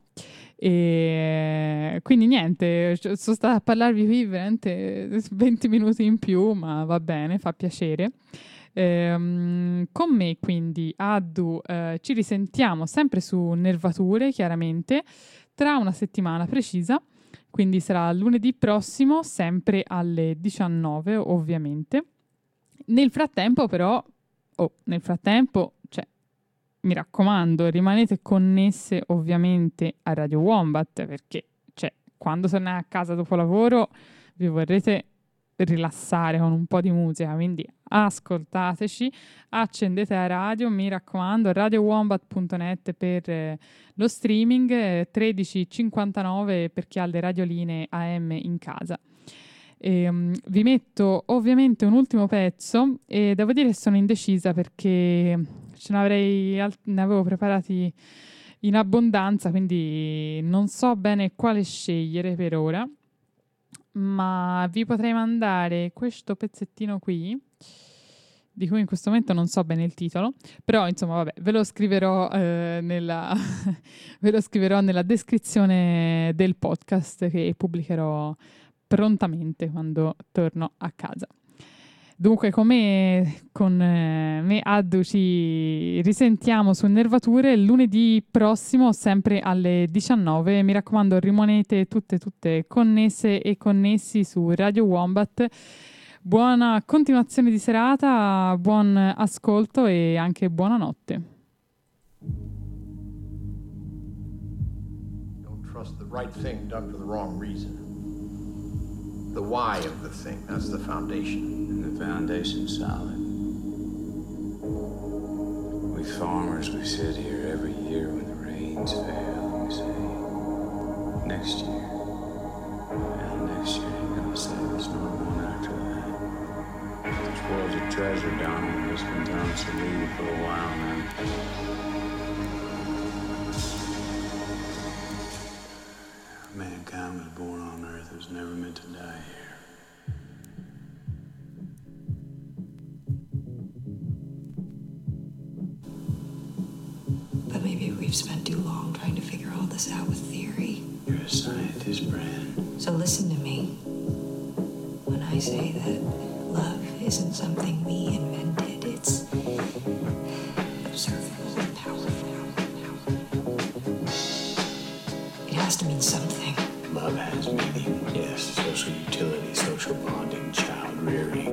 E quindi niente, sono stata a parlarvi qui veramente venti minuti in più, ma va bene, fa piacere. Ehm, con me quindi Addu eh, ci risentiamo sempre su Nervature, chiaramente tra una settimana precisa, quindi sarà lunedì prossimo, sempre alle diciannove ovviamente. Nel frattempo però, oh, nel frattempo, cioè, mi raccomando, rimanete connesse ovviamente a Radio Wombat, perché cioè, quando tornate a casa dopo lavoro vi vorrete rilassare con un po' di musica, quindi ascoltateci, accendete la radio, mi raccomando, radio wombat punto net per eh, lo streaming, eh, tredici cinquantanove per chi ha le radioline A M in casa. E, um, vi metto ovviamente un ultimo pezzo e devo dire che sono indecisa perché ce ne avrei alt- ne avevo preparati in abbondanza, quindi non so bene quale scegliere per ora, ma vi potrei mandare questo pezzettino qui, di cui in questo momento non so bene il titolo, però insomma vabbè, ve lo scriverò eh, nella ve lo scriverò nella descrizione del podcast che pubblicherò prontamente quando torno a casa. Dunque, come con eh, me Addu ci risentiamo su Nervature lunedì prossimo, sempre alle diciannove. Mi raccomando, rimanete tutte tutte connesse e connessi su Radio Wombat. Buona continuazione di serata, buon ascolto e anche buonanotte. Don't trust the right thing done for the wrong reason. The why of the thing, that's the foundation. And the foundation's solid. We farmers, we sit here every year when the rains fail and we say, next year. Well, next year ain't gonna save us nor one after that. This world's a treasure, Donald. It's been telling us to leave it for a while now. Mankind was born on Earth, it was never meant to die here. But maybe we've spent too long trying to figure all this out with theory. You're a scientist, Bran. So listen to me. When I say that love isn't something we invented, it's observable and powerful. It has to mean something. Love has meaning, yes. Social utility, social bonding, child rearing.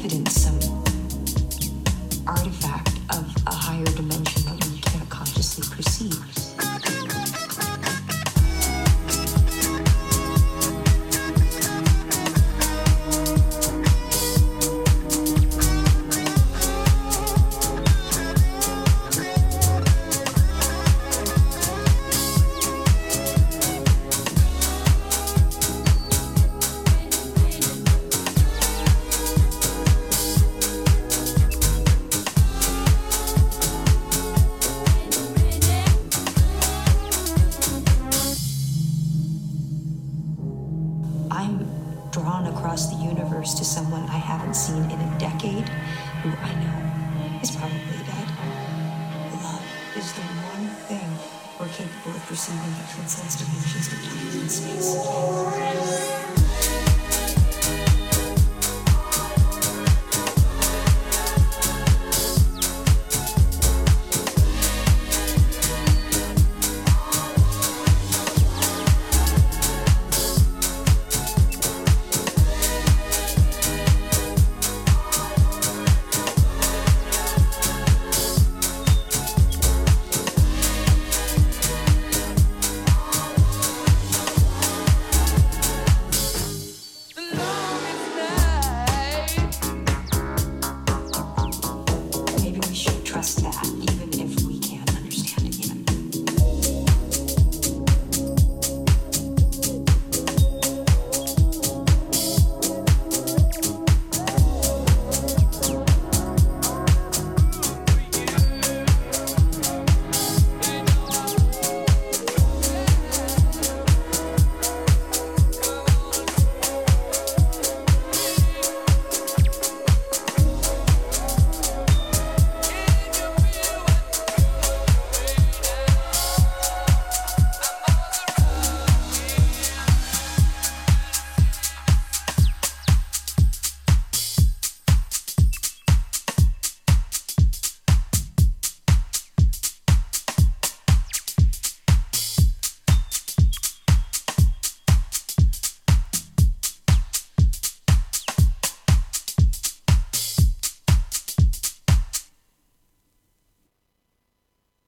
evidence, some artifact of a higher dimension that we can't consciously perceive. To someone I haven't seen in a decade, who I know is probably dead. Love is the one thing we're capable of perceiving that transcends dimensions of time and space.